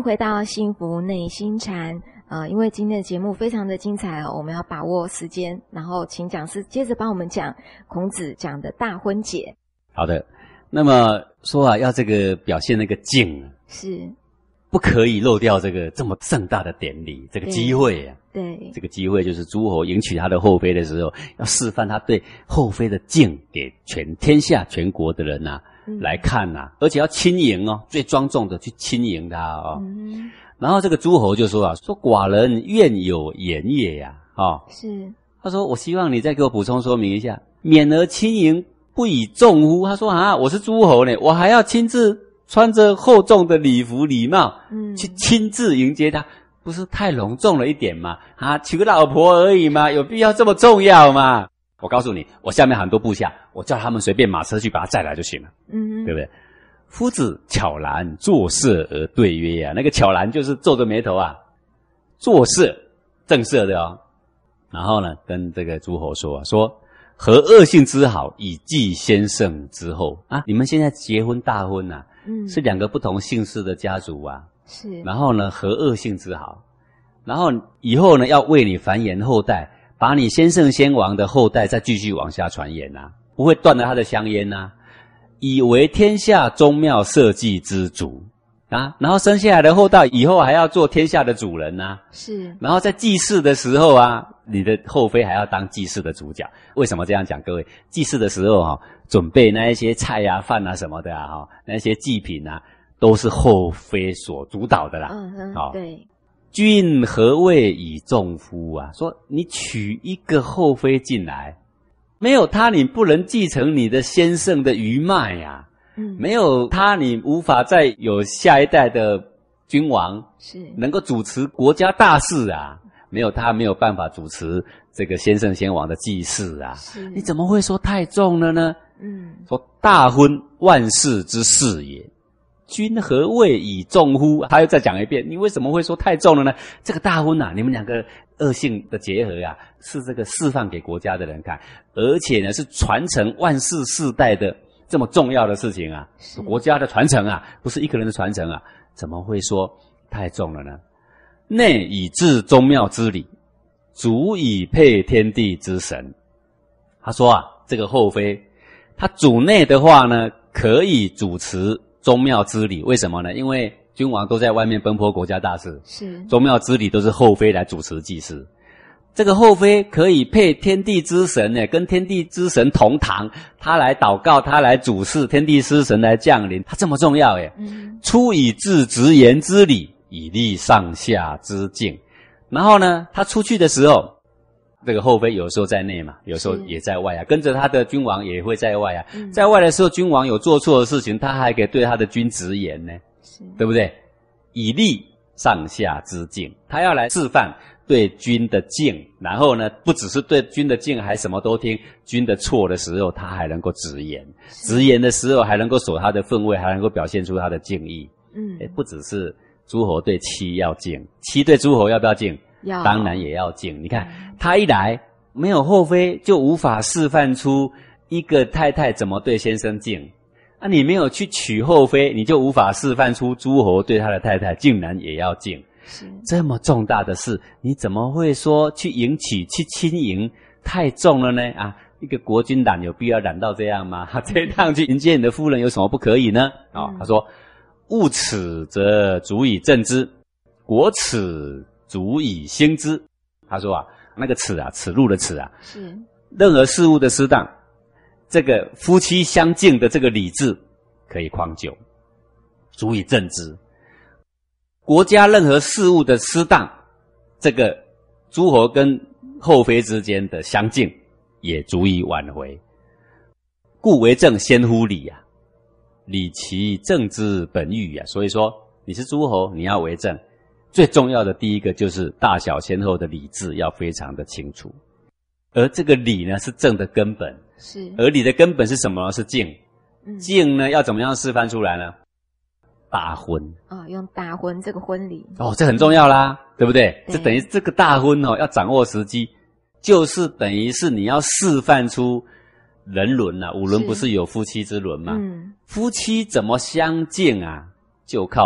[SPEAKER 1] 回到幸福内心禅，呃，因为今天的节目非常的精彩哦，我们要把握时间，然后请讲师接着帮我们讲孔子讲的大婚解。
[SPEAKER 2] 好的，那么说啊，要这个表现那个敬，
[SPEAKER 1] 是
[SPEAKER 2] 不可以漏掉这个这么盛大的典礼，这个机会啊。
[SPEAKER 1] 对，
[SPEAKER 2] 这个机会就是诸侯迎娶他的后妃的时候，要示范他对后妃的敬给全天下全国的人啊、嗯、来看啊，而且要亲迎哦，最庄重的去亲迎他哦。嗯、然后这个诸侯就说啊，说寡人愿有言也呀、啊，哦，
[SPEAKER 1] 是，
[SPEAKER 2] 他说我希望你再给我补充说明一下，免而亲迎不以重乎？他说啊，我是诸侯呢，我还要亲自穿着厚重的礼服礼帽，嗯，去亲自迎接他。不是太隆重了一点吗？啊，娶个老婆而已嘛，有必要这么重要吗？我告诉你，我下面很多部下，我叫他们随便马车去把他载来就行了，嗯，对不对？夫子巧然作色而对曰啊，那个巧然就是皱着眉头啊，作色正色的哦。然后呢，跟这个诸侯说啊，说何恶性之好，以继先圣之后啊？你们现在结婚大婚啊，嗯，是两个不同姓氏的家族啊。是，然后呢，和恶性之好，然后以后呢，要为你繁衍后代，把你先圣先王的后代再继续往下传言啊，不会断了他的香烟呐、啊，以为天下宗庙社稷之主啊，然后生下来的后代以后还要做天下的主人呐、啊，是，然后在祭祀的时候啊，你的后妃还要当祭祀的主角。为什么这样讲？各位，祭祀的时候哈、啊，准备那一些菜啊、饭啊什么的啊，哈，那些祭品啊。都是后妃所主导的啦。嗯嗯，好、哦，对。君何谓以重夫啊？说你娶一个后妃进来，没有她你不能继承你的先圣的余脉呀、啊。嗯，没有她你无法再有下一代的君王，是能够主持国家大事啊。没有她没有办法主持这个先圣先王的祭祀啊。是，你怎么会说太重了呢？嗯，说大婚万世之事也。君何谓以重乎？他又再讲一遍，你为什么会说太重了呢？这个大婚啊，你们两个恶性的结合啊，是这个示范给国家的人看，而且呢是传承万世世代的这么重要的事情啊，国家的传承啊，不是一个人的传承啊，怎么会说太重了呢？内以治宗庙之礼，足以配天地之神。他说啊，这个后妃，他主内的话呢，可以主持宗庙之礼。为什么呢？因为君王都在外面奔波国家大事，是宗庙之礼都是后妃来主持祭祀。这个后妃可以配天地之神呢，跟天地之神同堂，他来祷告，他来主事，天地之神来降临，他这么重要耶。嗯，出以治直言之礼，以立上下之敬。然后呢，他出去的时候，这个后妃有时候在内嘛，有时候也在外啊，跟着他的君王也会在外啊。嗯、在外的时候，君王有做错的事情，他还可以对他的君直言呢，对不对？以立上下之敬，他要来示范对君的敬，然后呢，不只是对君的敬，还什么都听。君的错的时候，他还能够直言；直言的时候，还能够守他的分位，还能够表现出他的敬意。嗯，诶，不只是诸侯对妻要敬，妻对诸侯要不要敬？要，当然也要敬。你看，他一来没有后妃，就无法示范出一个太太怎么对先生敬。啊，你没有去娶后妃，你就无法示范出诸侯对他的太太竟然也要敬。是这么重大的事，你怎么会说去迎娶、去亲迎太重了呢？啊，一个国君染有必要染到这样吗？这一趟去迎接你的夫人有什么不可以呢？啊、哦，他说：“勿耻则足以正之，国耻足以兴之。”他说啊，那个耻啊，耻辱的耻啊，是任何事物的失当，这个夫妻相敬的这个礼制可以匡救，足以正之。国家任何事物的失当，这个诸侯跟后妃之间的相敬也足以挽回。故为政先乎礼啊，礼其政之本欲啊。所以说，你是诸侯，你要为政，最重要的第一个就是大小先后的礼制要非常的清楚。而这个礼呢，是政的根本。是。而礼的根本是什么？是敬。嗯、敬呢，要怎么样示范出来呢？大婚
[SPEAKER 1] 哦，用大婚这个婚礼
[SPEAKER 2] 哦，这很重要啦，对不对？对，这等于这个大婚哦，要掌握时机，就是等于是你要示范出人伦啊，五伦不是有夫妻之伦吗？嗯，夫妻怎么相敬啊？就靠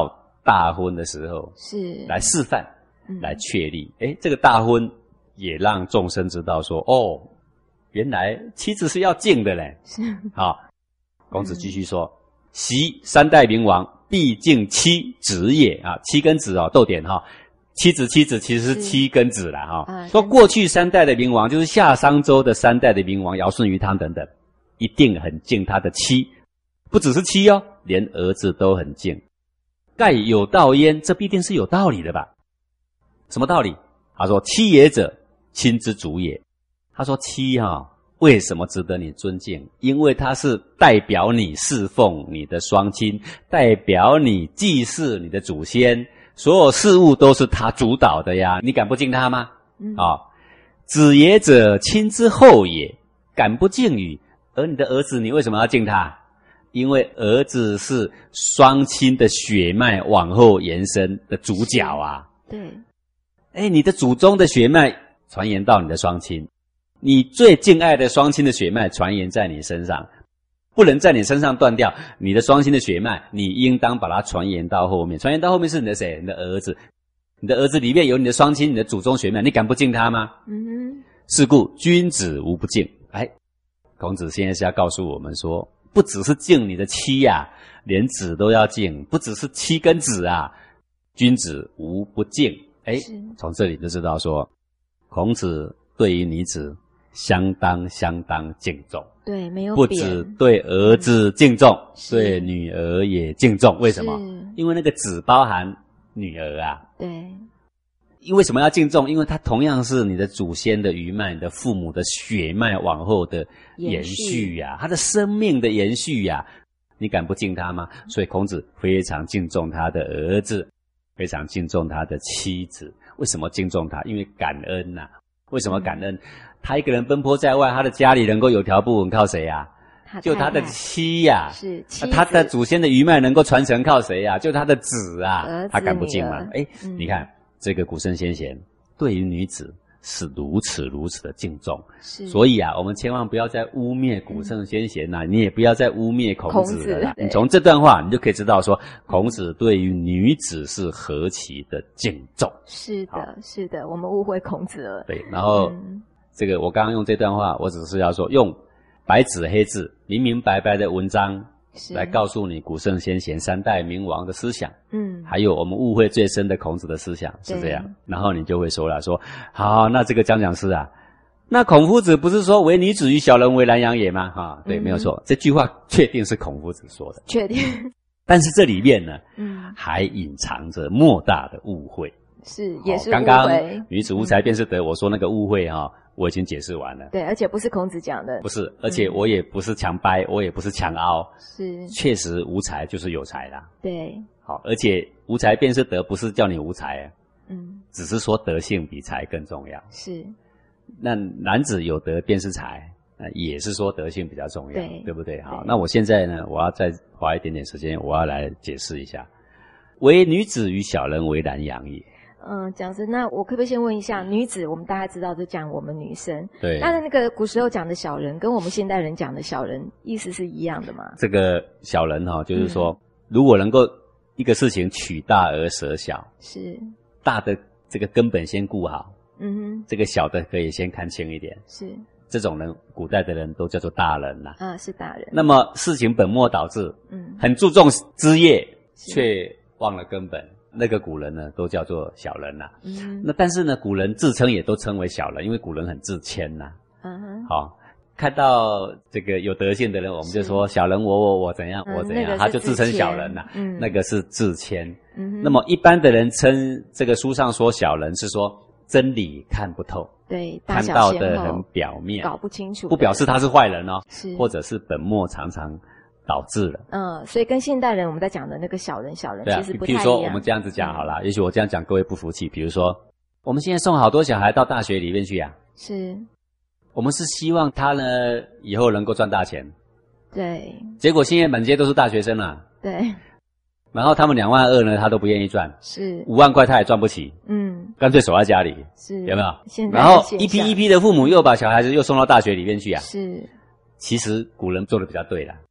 [SPEAKER 2] 大婚的时候，
[SPEAKER 1] 是
[SPEAKER 2] 来示范，嗯、来确立。哎，这个大婚也让众生知道说，哦，原来妻子是要敬的嘞。
[SPEAKER 1] 是，
[SPEAKER 2] 好，孔子继续说：“嗯、昔三代明王，必敬妻子也。”啊，妻跟子哦，逗点哈。妻子，妻子其实是妻跟子啦哈。啊、说过去三代的明王，就是夏商周的三代的明王，尧舜禹汤等等，一定很敬他的妻，不只是妻哦，连儿子都很敬。盖有道焉，这必定是有道理的吧？什么道理？他说：“妻也者，亲之主也。”他说：“妻哈、哦，为什么值得你尊敬？因为他是代表你侍奉你的双亲，代表你祭祀你的祖先。”所有事物都是他主导的呀，你敢不敬他吗？嗯，啊、哦，子也者，亲之后也，敢不敬与？而你的儿子，你为什么要敬他？因为儿子是双亲的血脉往后延伸的主角啊。
[SPEAKER 1] 对，
[SPEAKER 2] 哎，你的祖宗的血脉传延到你的双亲，你最敬爱的双亲的血脉传延在你身上。不能在你身上断掉你的双亲的血脉，你应当把它传延到后面。传延到后面是你的谁？你的儿子。你的儿子里面有你的双亲，你的祖宗血脉，你敢不敬他吗？嗯哼。是故君子无不敬。哎，孔子现在是要告诉我们说，不只是敬你的妻呀、啊，连子都要敬。不只是妻跟子啊，君子无不敬。哎，从这里就知道说，孔子对于女子相当相当敬重。
[SPEAKER 1] 对，没有
[SPEAKER 2] 不只对儿子敬重，嗯、对女儿也敬重。为什么？因为那个子包含女儿啊。
[SPEAKER 1] 对。
[SPEAKER 2] 因为什么要敬重？因为它同样是你的祖先的余脉，你的父母的血脉往后的延续呀、啊，他的生命的延续呀、啊，你敢不敬他吗？所以孔子非常敬重他的儿子，非常敬重他的妻子。为什么敬重他？因为感恩呐、啊。为什么感恩？嗯他一个人奔波在外，他的家里能够有条不紊，靠谁呀、啊？就他的妻呀、啊，
[SPEAKER 1] 是妻。
[SPEAKER 2] 他的祖先的余脉能够传承，靠谁呀、啊？就他的子啊，
[SPEAKER 1] 子
[SPEAKER 2] 他敢不敬吗？哎、
[SPEAKER 1] 嗯，
[SPEAKER 2] 你看这个古圣先贤对于女子是如此如此的敬重，
[SPEAKER 1] 是。
[SPEAKER 2] 所以啊，我们千万不要再污蔑古圣先贤呐、啊嗯，你也不要再污蔑孔子了啦。你从这段话，你就可以知道说，孔子对于女子是何其的敬重。
[SPEAKER 1] 是的，是的，我们误会孔子了。
[SPEAKER 2] 对，然后。嗯这个我刚刚用这段话，我只是要说用白纸黑字、明明白白的文章来告诉你古圣先贤三代明王的思想，嗯，还有我们误会最深的孔子的思想是这样。然后你就会说了，说好，那这个江讲师啊，那孔夫子不是说唯女子与小人为难养也吗？哈，对，嗯、没有错，这句话确定是孔夫子说的，
[SPEAKER 1] 确定。
[SPEAKER 2] 但是这里面呢，嗯，还隐藏着莫大的误会。
[SPEAKER 1] 是，也是误会。
[SPEAKER 2] 刚刚女子无才便是德，我说那个误会哈、哦。我已经解释完了。
[SPEAKER 1] 对，而且不是孔子讲的。
[SPEAKER 2] 不是，而且我也不是强掰，嗯、我也不是强凹。
[SPEAKER 1] 是，
[SPEAKER 2] 确实无才就是有才啦。
[SPEAKER 1] 对。
[SPEAKER 2] 好，而且无才便是德，不是叫你无才啊。嗯。只是说德性比才更重要。
[SPEAKER 1] 是。
[SPEAKER 2] 那男子有德便是才，那也是说德性比较重要，
[SPEAKER 1] 对，
[SPEAKER 2] 对不对？好，那我现在呢，我要再花一点点时间，我要来解释一下，唯女子与小人为难养也。
[SPEAKER 1] 嗯，讲师，那我可不可以先问一下，女子我们大家知道就讲我们女生，
[SPEAKER 2] 对，
[SPEAKER 1] 但是那个古时候讲的小人跟我们现代人讲的小人意思是一样的吗？
[SPEAKER 2] 这个小人哈、哦，就是说、嗯、如果能够一个事情取大而舍小，
[SPEAKER 1] 是
[SPEAKER 2] 大的这个根本先顾好，
[SPEAKER 1] 嗯哼，
[SPEAKER 2] 这个小的可以先看清一点，
[SPEAKER 1] 是
[SPEAKER 2] 这种人，古代的人都叫做大人啦、
[SPEAKER 1] 啊，是大人。
[SPEAKER 2] 那么事情本末倒置，
[SPEAKER 1] 嗯，
[SPEAKER 2] 很注重枝叶，却忘了根本。那个古人呢，都叫做小人啦、啊。嗯，那但是呢，古人自称也都称为小人，因为古人很自谦呐、啊。嗯哼，好、哦，看到这个有德性的人，我们就说小人我我我怎样、嗯、我怎样，那个、他就自称小人呐、啊。嗯，那个是自谦。嗯，那么一般的人称这个书上说小人是说真理看不透，
[SPEAKER 1] 对，
[SPEAKER 2] 看到的很表面，
[SPEAKER 1] 搞不清楚，
[SPEAKER 2] 不表示他是坏人哦，
[SPEAKER 1] 是，
[SPEAKER 2] 或者是本末常常导致了。
[SPEAKER 1] 嗯，所以跟现代人我们在讲的那个小人小人其实不太一样。
[SPEAKER 2] 比如说我们这样子讲好了、嗯，也许我这样讲各位不服气。比如说我们现在送好多小孩到大学里面去啊，
[SPEAKER 1] 是，
[SPEAKER 2] 我们是希望他呢以后能够赚大钱，
[SPEAKER 1] 对，结
[SPEAKER 2] 果现在满街都是大学生啊，
[SPEAKER 1] 对，
[SPEAKER 2] 然后他们两万二呢他都不愿意赚，
[SPEAKER 1] 是，
[SPEAKER 2] 五万块他也赚不起，
[SPEAKER 1] 嗯，
[SPEAKER 2] 干脆守在家里，
[SPEAKER 1] 是，
[SPEAKER 2] 有没有？
[SPEAKER 1] 现在
[SPEAKER 2] 然后一批一批的父母又把小孩子又送到大学里面去啊，
[SPEAKER 1] 是，
[SPEAKER 2] 其实古人做的比较对啦。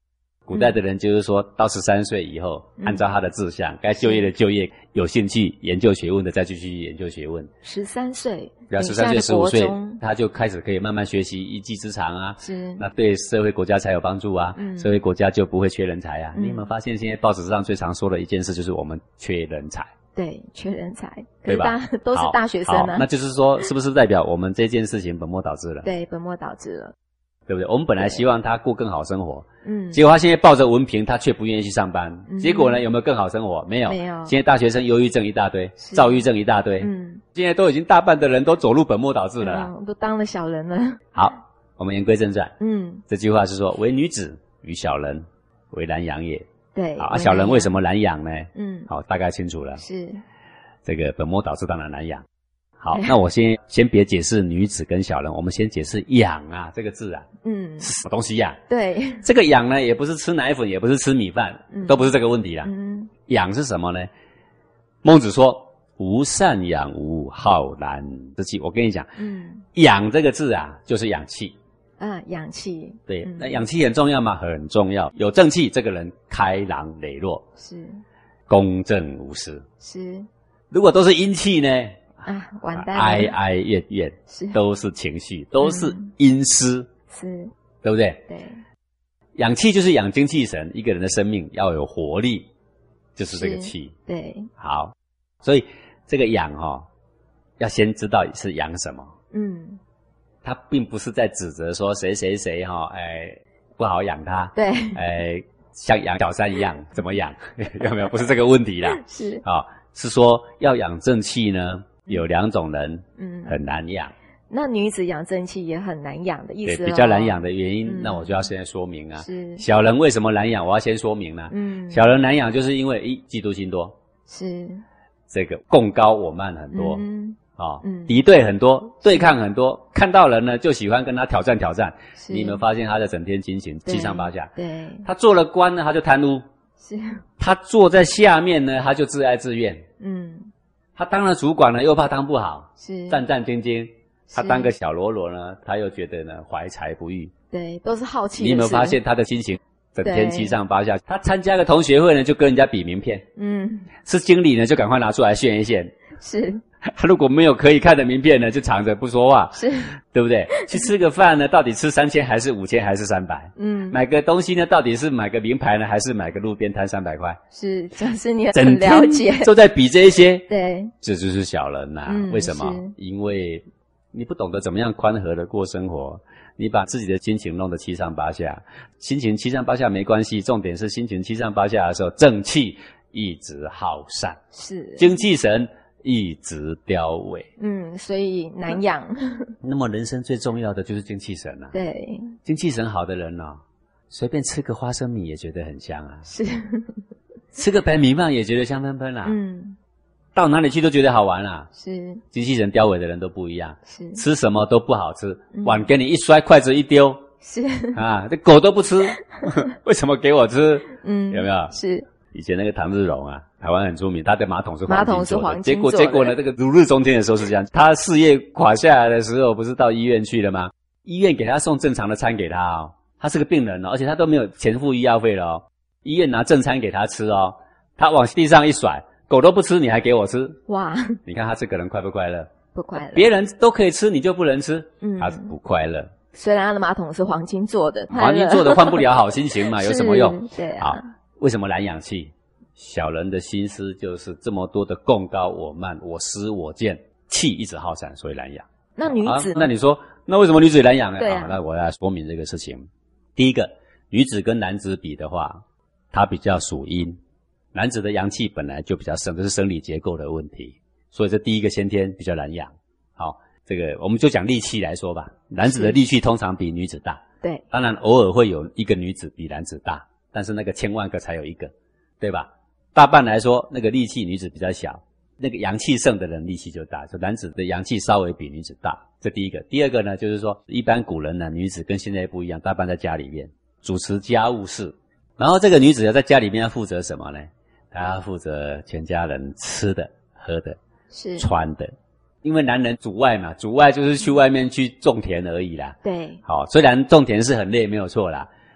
[SPEAKER 2] 古代的人就是说到十三岁以后，嗯、按照他的志向，该就业的就业，有兴趣研究学问的再继续研究学问。
[SPEAKER 1] 十三岁，
[SPEAKER 2] 对啊，十三岁、十五岁，他就开始可以慢慢学习一技之长啊。
[SPEAKER 1] 是，
[SPEAKER 2] 那对社会国家才有帮助啊。嗯，社会国家就不会缺人才啊。嗯、你有没有发现，现在报纸上最常说的一件事就是我们缺人才？
[SPEAKER 1] 对，缺人才，
[SPEAKER 2] 对吧？
[SPEAKER 1] 都是大学生啊。
[SPEAKER 2] 那就是说，是不是代表我们这件事情本末倒置了？
[SPEAKER 1] 对，本末倒置了。
[SPEAKER 2] 对不对？我们本来希望他过更好生活，嗯，结果他现在抱着文凭，他却不愿意去上班。嗯、结果呢，有没有更好生活？没有，
[SPEAKER 1] 没有。
[SPEAKER 2] 现在大学生忧郁症一大堆，躁郁症一大堆，嗯，现在都已经大半的人都走入本末倒置了啦，
[SPEAKER 1] 嗯，都当了小人了。
[SPEAKER 2] 好，我们言归正传，嗯，这句话是说，为女子与小人，为难养也。
[SPEAKER 1] 对，
[SPEAKER 2] 好，小人为什么难养呢？
[SPEAKER 1] 嗯，
[SPEAKER 2] 好，大概清楚了。
[SPEAKER 1] 是，
[SPEAKER 2] 这个本末倒置当然难养。好，那我先先别解释女子跟小人，我们先解释养啊这个字啊，嗯，是什么东西养？
[SPEAKER 1] 对，
[SPEAKER 2] 这个养呢，也不是吃奶粉，也不是吃米饭，嗯、都不是这个问题啦。嗯，养是什么呢？孟子说：“无善养无好难之气。”我跟你讲，嗯，养这个字啊，就是养气
[SPEAKER 1] 啊，养气。
[SPEAKER 2] 对，嗯、那养气很重要吗？很重要。有正气，这个人开朗磊落，
[SPEAKER 1] 是
[SPEAKER 2] 公正无私。
[SPEAKER 1] 是，
[SPEAKER 2] 如果都是阴气呢？
[SPEAKER 1] 啊，完蛋了！
[SPEAKER 2] 哀哀怨怨，是都是情绪，都是阴湿，嗯、
[SPEAKER 1] 是，
[SPEAKER 2] 对不对？
[SPEAKER 1] 对，
[SPEAKER 2] 养气就是养精气神，一个人的生命要有活力，就是这个气。
[SPEAKER 1] 对，
[SPEAKER 2] 好，所以这个养哈、哦，要先知道是养什么。嗯，他并不是在指责说谁谁谁哈、哦，哎不好养他，
[SPEAKER 1] 对，
[SPEAKER 2] 哎像养小三一样怎么养？有没有？不是这个问题啦。
[SPEAKER 1] 是
[SPEAKER 2] 啊、哦，是说要养正气呢。有两种人，嗯，很难养。
[SPEAKER 1] 那女子养正气也很难养的意思。
[SPEAKER 2] 对，比较难养的原因，嗯、那我就要现在说明啊。
[SPEAKER 1] 是
[SPEAKER 2] 小人为什么难养？我要先说明啦、啊。嗯，小人难养就是因为一嫉妒心多，
[SPEAKER 1] 是
[SPEAKER 2] 这个共高我慢很多，嗯，啊、哦，嗯，敌对很多，对抗很多，看到人呢就喜欢跟他挑战挑战。你有没有发现他在整天心情七上八下？
[SPEAKER 1] 对，
[SPEAKER 2] 他做了官呢，他就贪污；
[SPEAKER 1] 是，
[SPEAKER 2] 他坐在下面呢，他就自爱自怨。
[SPEAKER 1] 嗯。
[SPEAKER 2] 他当了主管呢，又怕当不好，
[SPEAKER 1] 是
[SPEAKER 2] 战战兢兢；他当个小喽啰呢，他又觉得呢怀才不遇。
[SPEAKER 1] 对，都是好奇的事。
[SPEAKER 2] 你有没有发现他的心情整天七上八下？他参加个同学会呢，就跟人家比名片。嗯，是经理呢，就赶快拿出来炫一炫。
[SPEAKER 1] 是，
[SPEAKER 2] 他如果没有可以看的名片呢，就藏着不说话。
[SPEAKER 1] 是，
[SPEAKER 2] 对不对？去吃个饭呢，到底吃三千还是五千还是三百？嗯，买个东西呢，到底是买个名牌呢，还是买个路边摊三百块？
[SPEAKER 1] 是，就是你很了解，
[SPEAKER 2] 都在比这一些。
[SPEAKER 1] 对，
[SPEAKER 2] 这就是小人呐、啊嗯。为什么？因为你不懂得怎么样宽和的过生活，你把自己的心情弄得七上八下。心情七上八下没关系，重点是心情七上八下的时候，正气一直耗散，
[SPEAKER 1] 是精
[SPEAKER 2] 气神一直凋萎。
[SPEAKER 1] 嗯，所以难养。
[SPEAKER 2] 那么人生最重要的就是精气神啊。
[SPEAKER 1] 对，
[SPEAKER 2] 精气神好的人哦，随便吃个花生米也觉得很香啊。
[SPEAKER 1] 是，
[SPEAKER 2] 吃个白米饭也觉得香喷喷啦。
[SPEAKER 1] 嗯，
[SPEAKER 2] 到哪里去都觉得好玩啦。
[SPEAKER 1] 是，
[SPEAKER 2] 精气神凋萎的人都不一样。
[SPEAKER 1] 是，
[SPEAKER 2] 吃什么都不好吃，嗯、碗给你一摔，筷子一丢。
[SPEAKER 1] 是
[SPEAKER 2] 啊，这狗都不吃，为什么给我吃？嗯，有没有？
[SPEAKER 1] 是。
[SPEAKER 2] 以前那个唐日荣啊，台湾很出名，他的马桶是黄金做的。
[SPEAKER 1] 马桶是黄金
[SPEAKER 2] 结果结果呢，这个如日中天的时候是这样，他事业垮下来的时候，不是到医院去了吗？医院给他送正常的餐给他哦，他是个病人哦，而且他都没有钱付医药费了哦。医院拿正餐给他吃哦，他往地上一甩，狗都不吃，你还给我吃？
[SPEAKER 1] 哇！
[SPEAKER 2] 你看他这个人快不快乐？
[SPEAKER 1] 不快乐。
[SPEAKER 2] 别人都可以吃，你就不能吃，嗯，他是不快乐。
[SPEAKER 1] 虽然他的马桶是黄金做的，
[SPEAKER 2] 黄金做的换不了好心情嘛，有什么用？
[SPEAKER 1] 对啊。
[SPEAKER 2] 好，为什么难养气？小人的心思就是这么多的共高我慢，我思我见，气一直耗散，所以难养。
[SPEAKER 1] 那女子、
[SPEAKER 2] 啊、那你说，那为什么女子也难养呢？
[SPEAKER 1] 对啊、
[SPEAKER 2] 好，那我要说明这个事情。第一个，女子跟男子比的话，她比较属阴，男子的阳气本来就比较盛，这是生理结构的问题，所以这第一个先天比较难养。好，这个我们就讲力气来说吧，男子的力气通常比女子大，
[SPEAKER 1] 对，
[SPEAKER 2] 当然偶尔会有一个女子比男子大，但是那个千万个才有一个，对吧？大半来说，那个力气女子比较小，那个阳气盛的人力气就大，就男子的阳气稍微比女子大，这第一个。第二个呢，就是说一般古人呢，女子跟现在不一样，大半在家里面主持家务事，然后这个女子要在家里面要负责什么呢？她要负责全家人吃的、喝的、
[SPEAKER 1] 是
[SPEAKER 2] 穿的。因为男人主外嘛，主外就是去外面去种田而已啦。
[SPEAKER 1] 对，
[SPEAKER 2] 好，虽然种田是很累，没有错啦。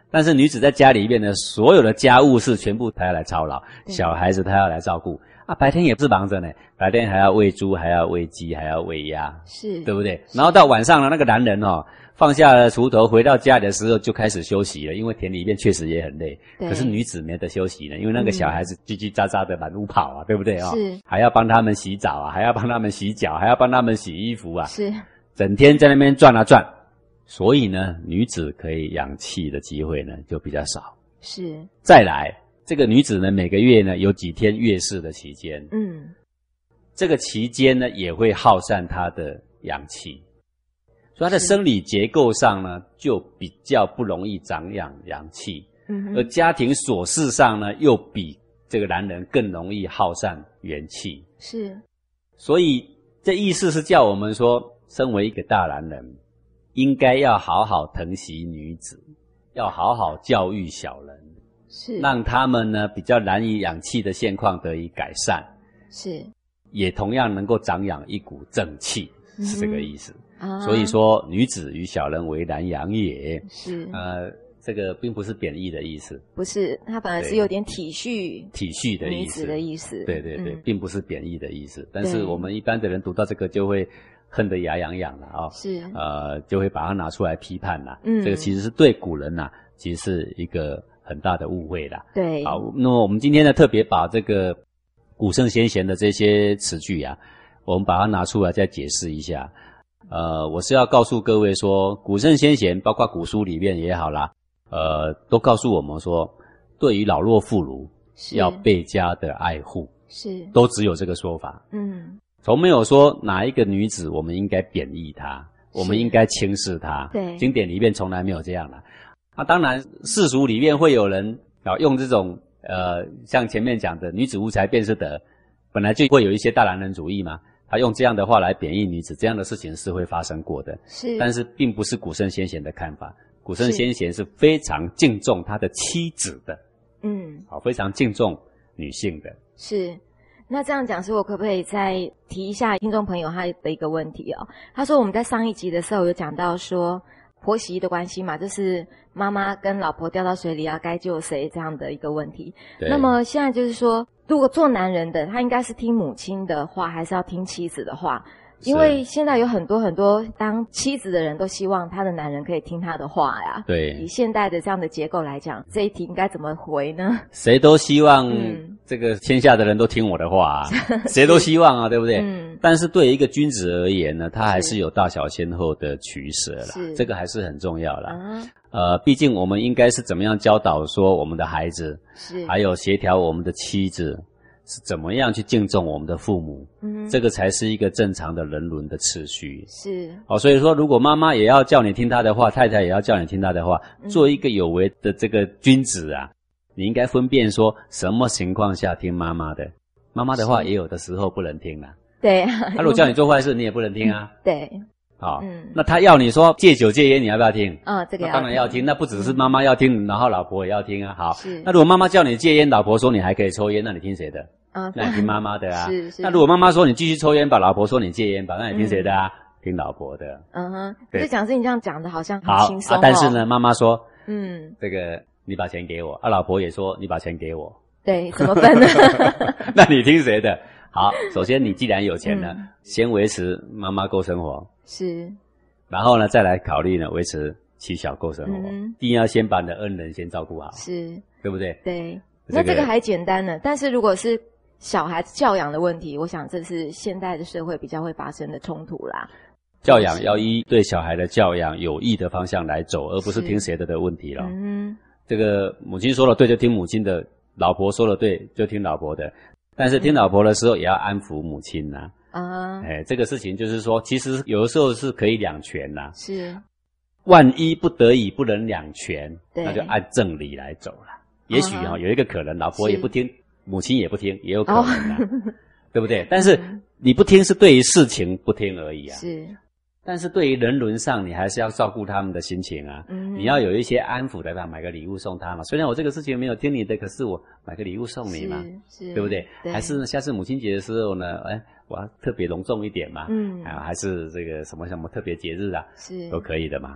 [SPEAKER 2] 但是女子在家里面呢，所有的家务事全部她要来操劳，小孩子她要来照顾啊，白天也不是忙着呢，白天还要喂猪，还要喂鸡，还要喂鸭，
[SPEAKER 1] 是，
[SPEAKER 2] 对不对？然后到晚上呢，那个男人哦，放下了锄头，回到家里的时候就开始休息了，因为田里面确实也很累。可是女子没得休息呢，因为那个小孩子叽叽喳喳的满屋跑啊，对不对啊、哦？
[SPEAKER 1] 是，
[SPEAKER 2] 还要帮他们洗澡啊，还要帮他们洗脚，还要帮他们洗衣服啊，
[SPEAKER 1] 是，
[SPEAKER 2] 整天在那边转啊转。所以呢，女子可以养气的机会呢就比较少。
[SPEAKER 1] 是，
[SPEAKER 2] 再来，这个女子呢每个月呢有几天月事的期间，
[SPEAKER 1] 嗯，
[SPEAKER 2] 这个期间呢也会耗散她的阳气，所以她的生理结构上呢就比较不容易长养阳气，嗯，而家庭琐事上呢又比这个男人更容易耗散元气。
[SPEAKER 1] 是，所
[SPEAKER 2] 以这意思是叫我们说，身为一个大男人，应该要好好疼惜女子，要好好教育小人，
[SPEAKER 1] 是
[SPEAKER 2] 让他们呢比较难以养气的现况得以改善，
[SPEAKER 1] 是
[SPEAKER 2] 也同样能够长养一股正气，嗯、是这个意思。
[SPEAKER 1] 啊、
[SPEAKER 2] 所以说，女子与小人为难养也。
[SPEAKER 1] 是
[SPEAKER 2] 呃，这个并不是贬义的意思，
[SPEAKER 1] 不是，它反而是有点体恤
[SPEAKER 2] 体恤的意思，
[SPEAKER 1] 女子的意思。
[SPEAKER 2] 对对对、嗯，并不是贬义的意思。但是我们一般的人读到这个就会恨得牙痒痒了啊、哦，
[SPEAKER 1] 是
[SPEAKER 2] 呃，就会把它拿出来批判啦。
[SPEAKER 1] 嗯，
[SPEAKER 2] 这个其实是对古人呐、啊，其实是一个很大的误会啦。
[SPEAKER 1] 对，
[SPEAKER 2] 好，那么我们今天呢，特别把这个古圣先贤的这些词句啊，我们把它拿出来再解释一下。呃，我是要告诉各位说，古圣先贤，包括古书里面也好啦，呃，都告诉我们说，对于老弱妇孺要倍加的爱护，
[SPEAKER 1] 是，
[SPEAKER 2] 都只有这个说法。
[SPEAKER 1] 嗯。
[SPEAKER 2] 从没有说哪一个女子我们应该贬义她，我们应该轻视她。
[SPEAKER 1] 对，
[SPEAKER 2] 经典里面从来没有这样啦。啊，当然世俗里面会有人啊用这种呃，像前面讲的女子无才便是德，本来就会有一些大男人主义嘛，他用这样的话来贬义女子，这样的事情是会发生过的。
[SPEAKER 1] 是，
[SPEAKER 2] 但是并不是古圣先贤的看法，古圣先贤是非常敬重他的妻子的，
[SPEAKER 1] 嗯，
[SPEAKER 2] 好，非常敬重女性的。
[SPEAKER 1] 是。那这样讲师，我可不可以再提一下听众朋友他的一个问题哦？他说我们在上一集的时候有讲到说婆媳的关系嘛，就是妈妈跟老婆掉到水里啊，该救谁这样的一个问题。那么现在就是说，如果做男人的，他应该是听母亲的话，还是要听妻子的话？因为现在有很多很多当妻子的人都希望他的男人可以听他的话呀。
[SPEAKER 2] 对，
[SPEAKER 1] 以现代的这样的结构来讲，这一题应该怎么回呢？
[SPEAKER 2] 谁都希望这个天下的人都听我的话啊，谁都希望啊，对不对？嗯。但是对于一个君子而言呢，他还是有大小先后的取舍啦，这个还是很重要啦。啊、呃，毕竟我们应该是怎么样教导说我们的孩子，是还有协调我们的妻子。是怎么样去敬重我们的父母，嗯，这个才是一个正常的人伦的次序。
[SPEAKER 1] 是，
[SPEAKER 2] 哦，所以说如果妈妈也要叫你听她的话，太太也要叫你听她的话，嗯、做一个有为的这个君子啊，你应该分辨说什么情况下听妈妈的，妈妈的话也有的时候不能听啦。
[SPEAKER 1] 对，
[SPEAKER 2] 他如果叫你做坏事，你也不能听啊。
[SPEAKER 1] 对。
[SPEAKER 2] 好、哦嗯，那他要你说戒酒戒烟，你要不要听？
[SPEAKER 1] 啊、哦，这个要
[SPEAKER 2] 当然要听。那不只是妈妈要听，然后老婆也要听啊。好，是。那如果妈妈叫你戒烟，老婆说你还可以抽烟，那你听谁的？啊、哦，那你听妈妈的啊。是是。那如果妈妈说你继续抽烟吧，老婆说你戒烟吧，那你听谁的啊？嗯、听老婆的。
[SPEAKER 1] 嗯哼。对，讲是你这样讲的好像很轻松、哦、
[SPEAKER 2] 好、啊，但是呢，妈妈说，
[SPEAKER 1] 嗯，
[SPEAKER 2] 这个你把钱给我，啊，老婆也说你把钱给我。
[SPEAKER 1] 对，怎么分呢？
[SPEAKER 2] 那你听谁的？好，首先你既然有钱了，嗯、先维持妈妈够生活。
[SPEAKER 1] 是。
[SPEAKER 2] 然后呢，再来考虑呢，维持妻小够生活，嗯、一定要先把你的恩人先照顾好，
[SPEAKER 1] 是，
[SPEAKER 2] 对不对？
[SPEAKER 1] 对，那这个还简单呢。但是如果是小孩子教养的问题，我想这是现代的社会比较会发生的冲突啦。
[SPEAKER 2] 教养要依对小孩的教养有益的方向来走，而不是听谁的的问题了。嗯，这个母亲说了对就听母亲的，老婆说了对就听老婆的，但是听老婆的时候也要安抚母亲呐、啊。啊，哎，这个事情就是说，其实有的时候是可以两全啦。
[SPEAKER 1] 是，
[SPEAKER 2] 万一不得已不能两全，那就按正理来走了。也许哈、哦、有一个可能，老婆也不听，母亲也不听，也有可能啊，哦、对不对？但是你不听是对于事情不听而已啊。
[SPEAKER 1] 是，
[SPEAKER 2] 但是对于人伦上，你还是要照顾他们的心情啊。嗯，你要有一些安抚的吧，买个礼物送他嘛。虽然我这个事情没有听你的，可是我买个礼物送你嘛，
[SPEAKER 1] 是，是
[SPEAKER 2] 对不对？
[SPEAKER 1] 对，
[SPEAKER 2] 还是下次母亲节的时候呢，哎。我要特别隆重一点嘛，嗯，啊，还是这个什么什么特别节日啊，
[SPEAKER 1] 是
[SPEAKER 2] 都可以的嘛。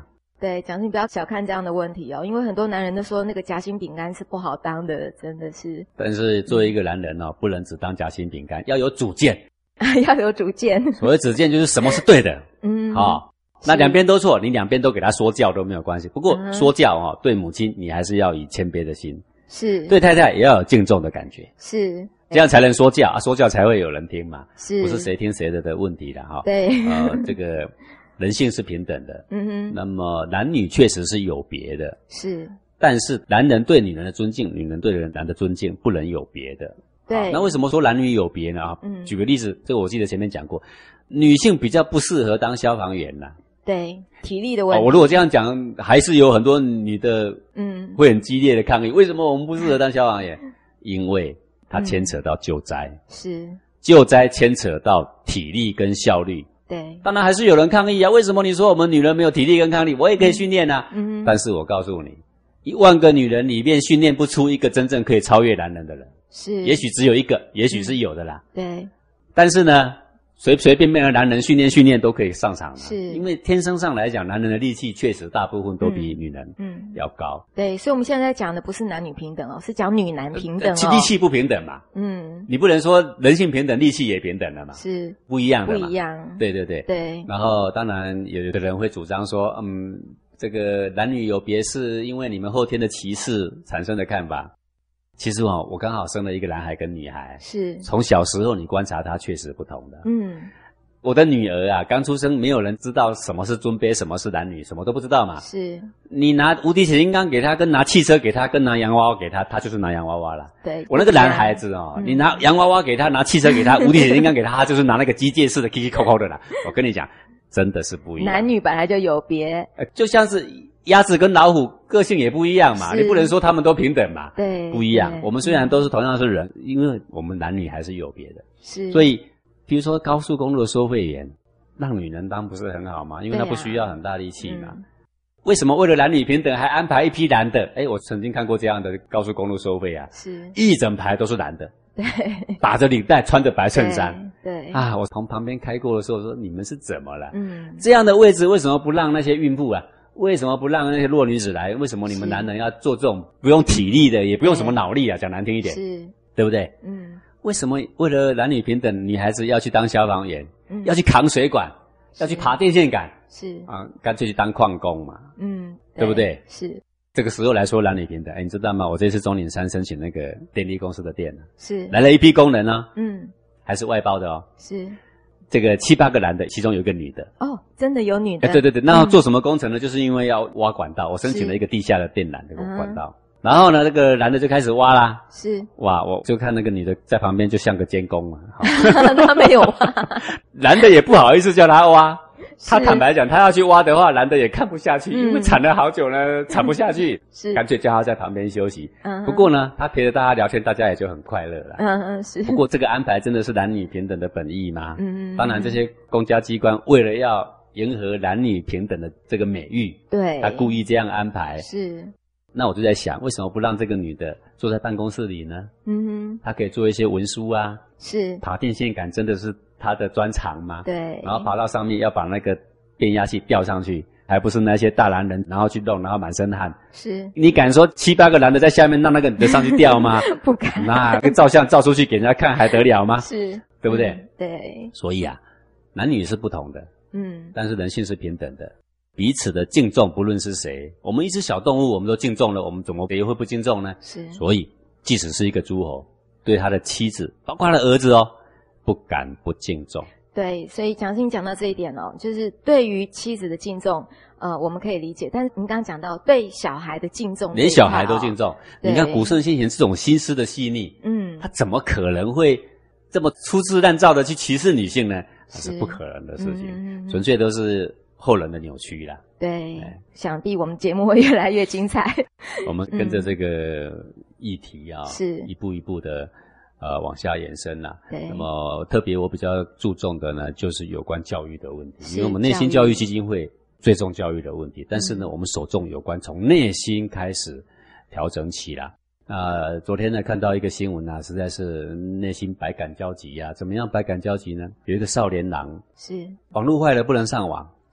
[SPEAKER 1] 对，蒋欣不要小看这样的问题哦，因为很多男人都说那个夹心饼干是不好当的，真的是。
[SPEAKER 2] 但是作为一个男人哦，嗯、不能只当夹心饼干，要有主见。
[SPEAKER 1] 要有主见。
[SPEAKER 2] 所谓主见就是什么是对的。
[SPEAKER 1] 嗯。
[SPEAKER 2] 好、哦，那两边都错，你两边都给他说教都没有关系。不过、嗯、说教哦，对母亲你还是要以谦卑的心。是。对太太也要有敬重的感觉。是。这样才能说教啊，说教才会有人听嘛。是。不是谁听谁的的问题啦哈。对。呃，这个。人性是平等的，嗯哼。那么男女确实是有别的，是。但是男人对女人的尊敬，女人对男人的尊敬不能有别的。对。那为什么说男女有别呢？啊，嗯。举个例子，这个我记得前面讲过，女性比较不适合当消防员呐。对，体力的问题。哦，我如果这样讲，还是有很多女的，嗯，会很激烈的抗议。为什么我们不适合当消防员？因为它牵扯到救灾，嗯、是。救灾牵扯到体力跟效率。对，当然还是有人抗议啊！为什么你说我们女人没有体力跟抗力？我也可以训练啊。嗯，但是我告诉你，一万个女人里面训练不出一个真正可以超越男人的人。是，也许只有一个，也许是有的啦。嗯、对，但是呢，随随便便的男人训练训练都可以上场嘛。是，因为天生上来讲，男人的力气确实大部分都比女人嗯要高。嗯、对，所以我们现在讲的不是男女平等哦，是讲女男平等哦。力气不平等嘛。嗯，你不能说人性平等，力气也平等了嘛。是，不一样的嘛。不一样。对对对。对。然后当然有的人会主张说，嗯，这个男女有别是因为你们后天的歧视产生的看法。其实哦，我刚好生了一个男孩跟女孩，是从小时候你观察他确实不同的。嗯，我的女儿啊，刚出生没有人知道什么是尊卑，什么是男女，什么都不知道嘛。是，你拿无敌铁金刚给他，跟拿汽车给他，跟拿洋娃娃给他，他就是拿洋娃娃啦。对，我那个男孩子哦，嗯、你拿洋娃娃给他，拿汽车给他，无敌铁金刚给他，他就是拿那个机械式的 K K 扣扣的啦。我跟你讲，真的是不一样。男女本来就有别，呃，就像是。鸭子跟老虎个性也不一样嘛，你不能说他们都平等嘛，对，不一样。我们虽然都是同样是人，因为我们男女还是有别的，是。所以，比如说高速公路的收费员，让女人当不是很好吗？因为他不需要很大力气嘛。啊嗯、为什么为了男女平等还安排一批男的？哎，我曾经看过这样的高速公路收费啊，是一整排都是男的，对，打着领带，穿着白衬衫，对。对啊，我从旁边开过的时候说，你们是怎么了？嗯，这样的位置为什么不让那些孕妇啊？为什么不让那些弱女子来？为什么你们男人要做这种不用体力的，也不用什么脑力啊？讲难听一点，是，对不对？嗯。为什么为了男女平等，女孩子要去当消防员，嗯、要去扛水管，要去爬电线杆？是啊，干脆去当矿工嘛。嗯，对不对？是。这个时候来说男女平等，哎，你知道吗？我这次中岭山申请那个电力公司的电，是来了一批工人呢、哦。嗯，还是外包的哦。是。这个七八个男的，其中有一个女的。哦，真的有女的。欸、对对对，那做什么工程呢？嗯、就是因为要挖管道，我申请了一个地下的电缆这个管道。嗯、然后呢，那个男的就开始挖啦。是。哇，我就看那个女的在旁边就像个监工嘛。他没有挖。男的也不好意思叫他挖。他坦白讲，他要去挖的话，男的也看不下去，嗯、因为铲了好久呢，铲不下去，是干脆叫他在旁边休息。嗯，不过呢，他陪着大家聊天，大家也就很快乐了。嗯嗯，是。不过这个安排真的是男女平等的本意吗？嗯嗯。当然，这些公家机关为了要迎合男女平等的这个美誉，对，他故意这样安排。是。那我就在想，为什么不让这个女的坐在办公室里呢？嗯哼，她可以做一些文书啊。是。爬电线杆真的是她的专长吗？对。然后爬到上面要把那个变压器吊上去，还不是那些大男人然后去弄，然后满身汗。是。你敢说七八个男的在下面让那个女的上去吊吗？不敢。那跟照相照出去给人家看还得了吗？是。对不对？嗯、对。所以啊，男女是不同的。嗯。但是人性是平等的。彼此的敬重，不论是谁，我们一只小动物，我们都敬重了，我们怎么也会不敬重呢？是，所以即使是一个诸侯，对他的妻子，包括他的儿子哦，不敢不敬重。对，所以蒋欣讲到这一点哦，就是对于妻子的敬重，呃，我们可以理解，但是您刚刚讲到对小孩的敬重，连小孩都敬重。你看古圣先贤这种心思的细腻，嗯，他怎么可能会这么粗制滥造的去歧视女性呢？是不可能的事情，嗯、纯粹都是后人的扭曲啦。对，想必我们节目会越来越精彩。我们跟着这个议题啊，是、嗯、一步一步的呃往下延伸啦。对，那么特别我比较注重的呢，就是有关教育的问题，因为我们内心教育基金会最重教育的问题，但是呢，嗯、我们首重有关从内心开始调整起啦。呃，昨天呢看到一个新闻啊，实在是内心百感交集啊。怎么样百感交集呢？有一个少年郎，是网络坏了不能上网，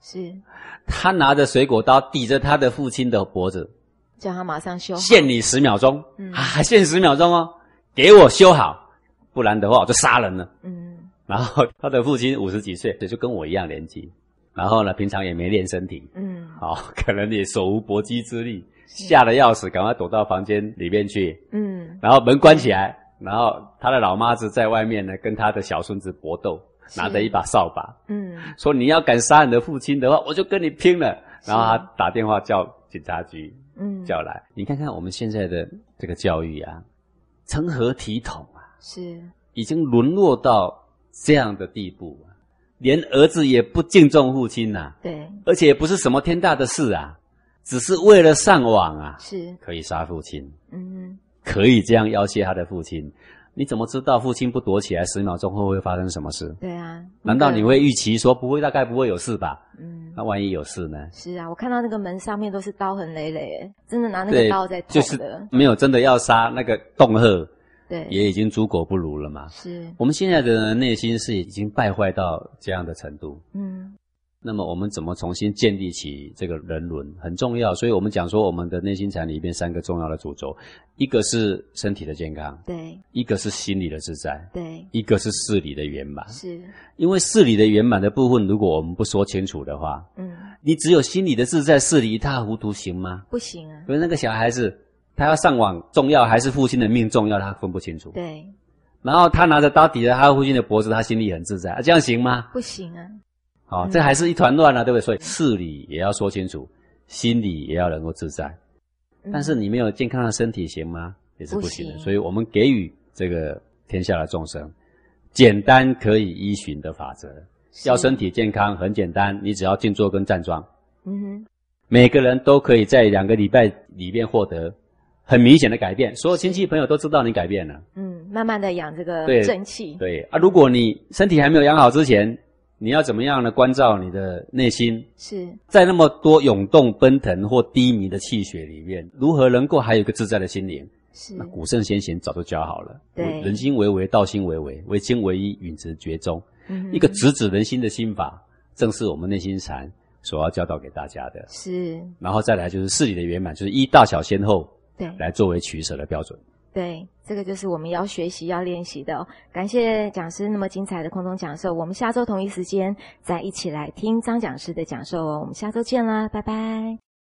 [SPEAKER 1] 是，
[SPEAKER 2] 他拿着水果刀抵着他的父亲的脖子，
[SPEAKER 1] 叫他马上修好，
[SPEAKER 2] 限你十秒钟，
[SPEAKER 1] 嗯，
[SPEAKER 2] 还限十秒钟哦，给我修好，不然的话我就杀人了。
[SPEAKER 1] 嗯，
[SPEAKER 2] 然后他的父亲五十几岁，就跟我一样年纪，然后呢，平常也没练身体，
[SPEAKER 1] 嗯，
[SPEAKER 2] 好，可能也手无搏击之力，吓得要死，赶快躲到房间里面去，
[SPEAKER 1] 嗯，
[SPEAKER 2] 然后门关起来，然后他的老妈子在外面呢，跟他的小孙子搏斗，拿着一把扫把，
[SPEAKER 1] 嗯，
[SPEAKER 2] 说你要敢杀你的父亲的话，我就跟你拼了。然后他打电话叫警察局，嗯，叫来。你看看我们现在的这个教育啊，成何体统啊？
[SPEAKER 1] 是，
[SPEAKER 2] 已经沦落到这样的地步啊，连儿子也不敬重父亲啊，
[SPEAKER 1] 对，
[SPEAKER 2] 而且也不是什么天大的事啊，只是为了上网啊，
[SPEAKER 1] 是
[SPEAKER 2] 可以杀父亲，
[SPEAKER 1] 嗯，
[SPEAKER 2] 可以这样要挟他的父亲。你怎么知道父亲不躲起来十秒钟后会发生什么事？
[SPEAKER 1] 对啊，
[SPEAKER 2] 难道你会预期说不会，大概不会有事吧？
[SPEAKER 1] 嗯，
[SPEAKER 2] 那万一有事呢？
[SPEAKER 1] 是啊，我看到那个门上面都是刀痕累累，真的拿那个刀在捅的，
[SPEAKER 2] 就是没有真的要杀，那个恫吓，
[SPEAKER 1] 对，
[SPEAKER 2] 也已经猪狗不如了嘛。
[SPEAKER 1] 是，我
[SPEAKER 2] 们现在的内心是已经败坏到这样的程度。
[SPEAKER 1] 嗯。
[SPEAKER 2] 那么我们怎么重新建立起这个人伦很重要，所以我们讲说我们的内心禅里面三个重要的主轴，一个是身体的健康，
[SPEAKER 1] 对，
[SPEAKER 2] 一个是心理的自在，
[SPEAKER 1] 对，
[SPEAKER 2] 一个是事理的圆满。
[SPEAKER 1] 是，
[SPEAKER 2] 因为事理的圆满的部分如果我们不说清楚的话，嗯，你只有心理的自在，事理一塌糊涂行吗？
[SPEAKER 1] 不行啊。
[SPEAKER 2] 所以那个小孩子他要上网重要还是父亲的命重要，他分不清楚。
[SPEAKER 1] 对，
[SPEAKER 2] 然后他拿着刀抵着他父亲的脖子，他心里很自在，啊，这样行吗？
[SPEAKER 1] 不行啊。
[SPEAKER 2] 好、哦，这还是一团乱啊，对不对？所以事理也要说清楚，心理也要能够自在。嗯、但是你没有健康的身体行吗？也是不行的。所以我们给予这个天下的众生简单可以依循的法则。要身体健康很简单，你只要静坐跟站桩。嗯哼，每个人都可以在两个礼拜里面获得很明显的改变，所有亲戚朋友都知道你改变了。
[SPEAKER 1] 嗯，慢慢的养这个正气。
[SPEAKER 2] 对，对啊，如果你身体还没有养好之前，你要怎么样呢？关照你的内心，
[SPEAKER 1] 是
[SPEAKER 2] 在那么多涌动奔腾或低迷的气血里面，如何能够还有一个自在的心灵？
[SPEAKER 1] 是
[SPEAKER 2] 那古圣先贤早就教好了。
[SPEAKER 1] 对，
[SPEAKER 2] 人心为为，道心为为，唯心唯一，允直觉中。嗯，一个直指人心的心法，正是我们内心禅所要教导给大家的。
[SPEAKER 1] 是，
[SPEAKER 2] 然后再来就是事理的圆满，就是依大小先后，
[SPEAKER 1] 对，
[SPEAKER 2] 来作为取舍的标准。
[SPEAKER 1] 对，这个就是我们要学习、要练习的哦。感谢讲师那么精彩的空中讲授，我们下周同一时间再一起来听张讲师的讲授哦。我们下周见啦，拜拜。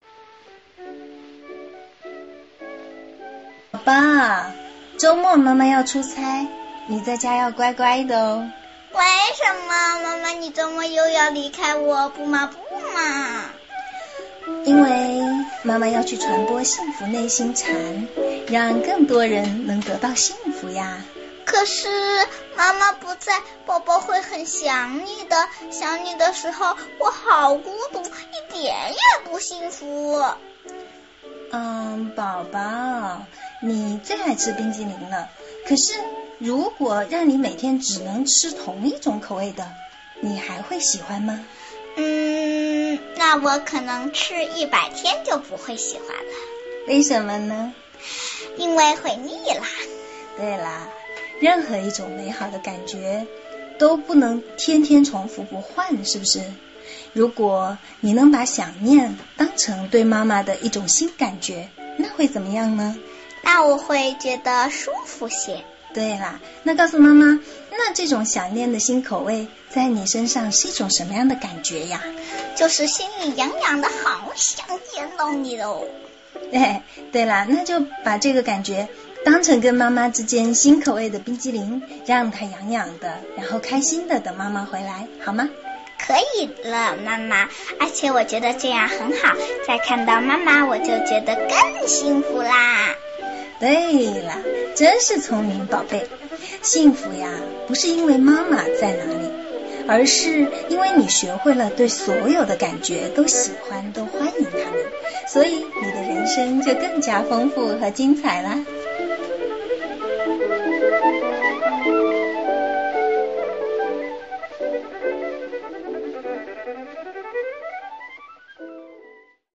[SPEAKER 11] 宝宝，周末妈妈要出差，你在家要乖乖的哦。
[SPEAKER 12] 为什么妈妈你周末又要离开我？不嘛不嘛。
[SPEAKER 11] 因为妈妈要去传播幸福内心禅，让更多人能得到幸福呀。
[SPEAKER 12] 可是妈妈不在，宝宝会很想你的，想你的时候我好孤独，一点也不幸福。
[SPEAKER 11] 嗯，宝宝，你最爱吃冰激凌了，可是如果让你每天只能吃同一种口味的，你还会喜欢吗？
[SPEAKER 12] 嗯，那我可能吃一百天就不会喜欢了。
[SPEAKER 11] 为什么呢？
[SPEAKER 12] 因为会腻啦。
[SPEAKER 11] 对啦，任何一种美好的感觉都不能天天重复不换，是不是？如果你能把想念当成对妈妈的一种新感觉，那会怎么样呢？
[SPEAKER 12] 那我会觉得舒服些。
[SPEAKER 11] 对啦，那告诉妈妈，那这种想念的新口味在你身上是一种什么样的感觉呀？
[SPEAKER 12] 就是心里痒痒的，好想见到你哦。
[SPEAKER 11] 对对啦，那就把这个感觉当成跟妈妈之间新口味的冰激凌，让它痒痒的，然后开心的等妈妈回来，好吗？
[SPEAKER 12] 可以了，妈妈，而且我觉得这样很好，再看到妈妈我就觉得更幸福啦。
[SPEAKER 11] 对了，真是聪明宝贝。幸福呀，不是因为妈妈在哪里，而是因为你学会了对所有的感觉都喜欢，都欢迎他们，所以你的人生就更加丰富和精彩啦。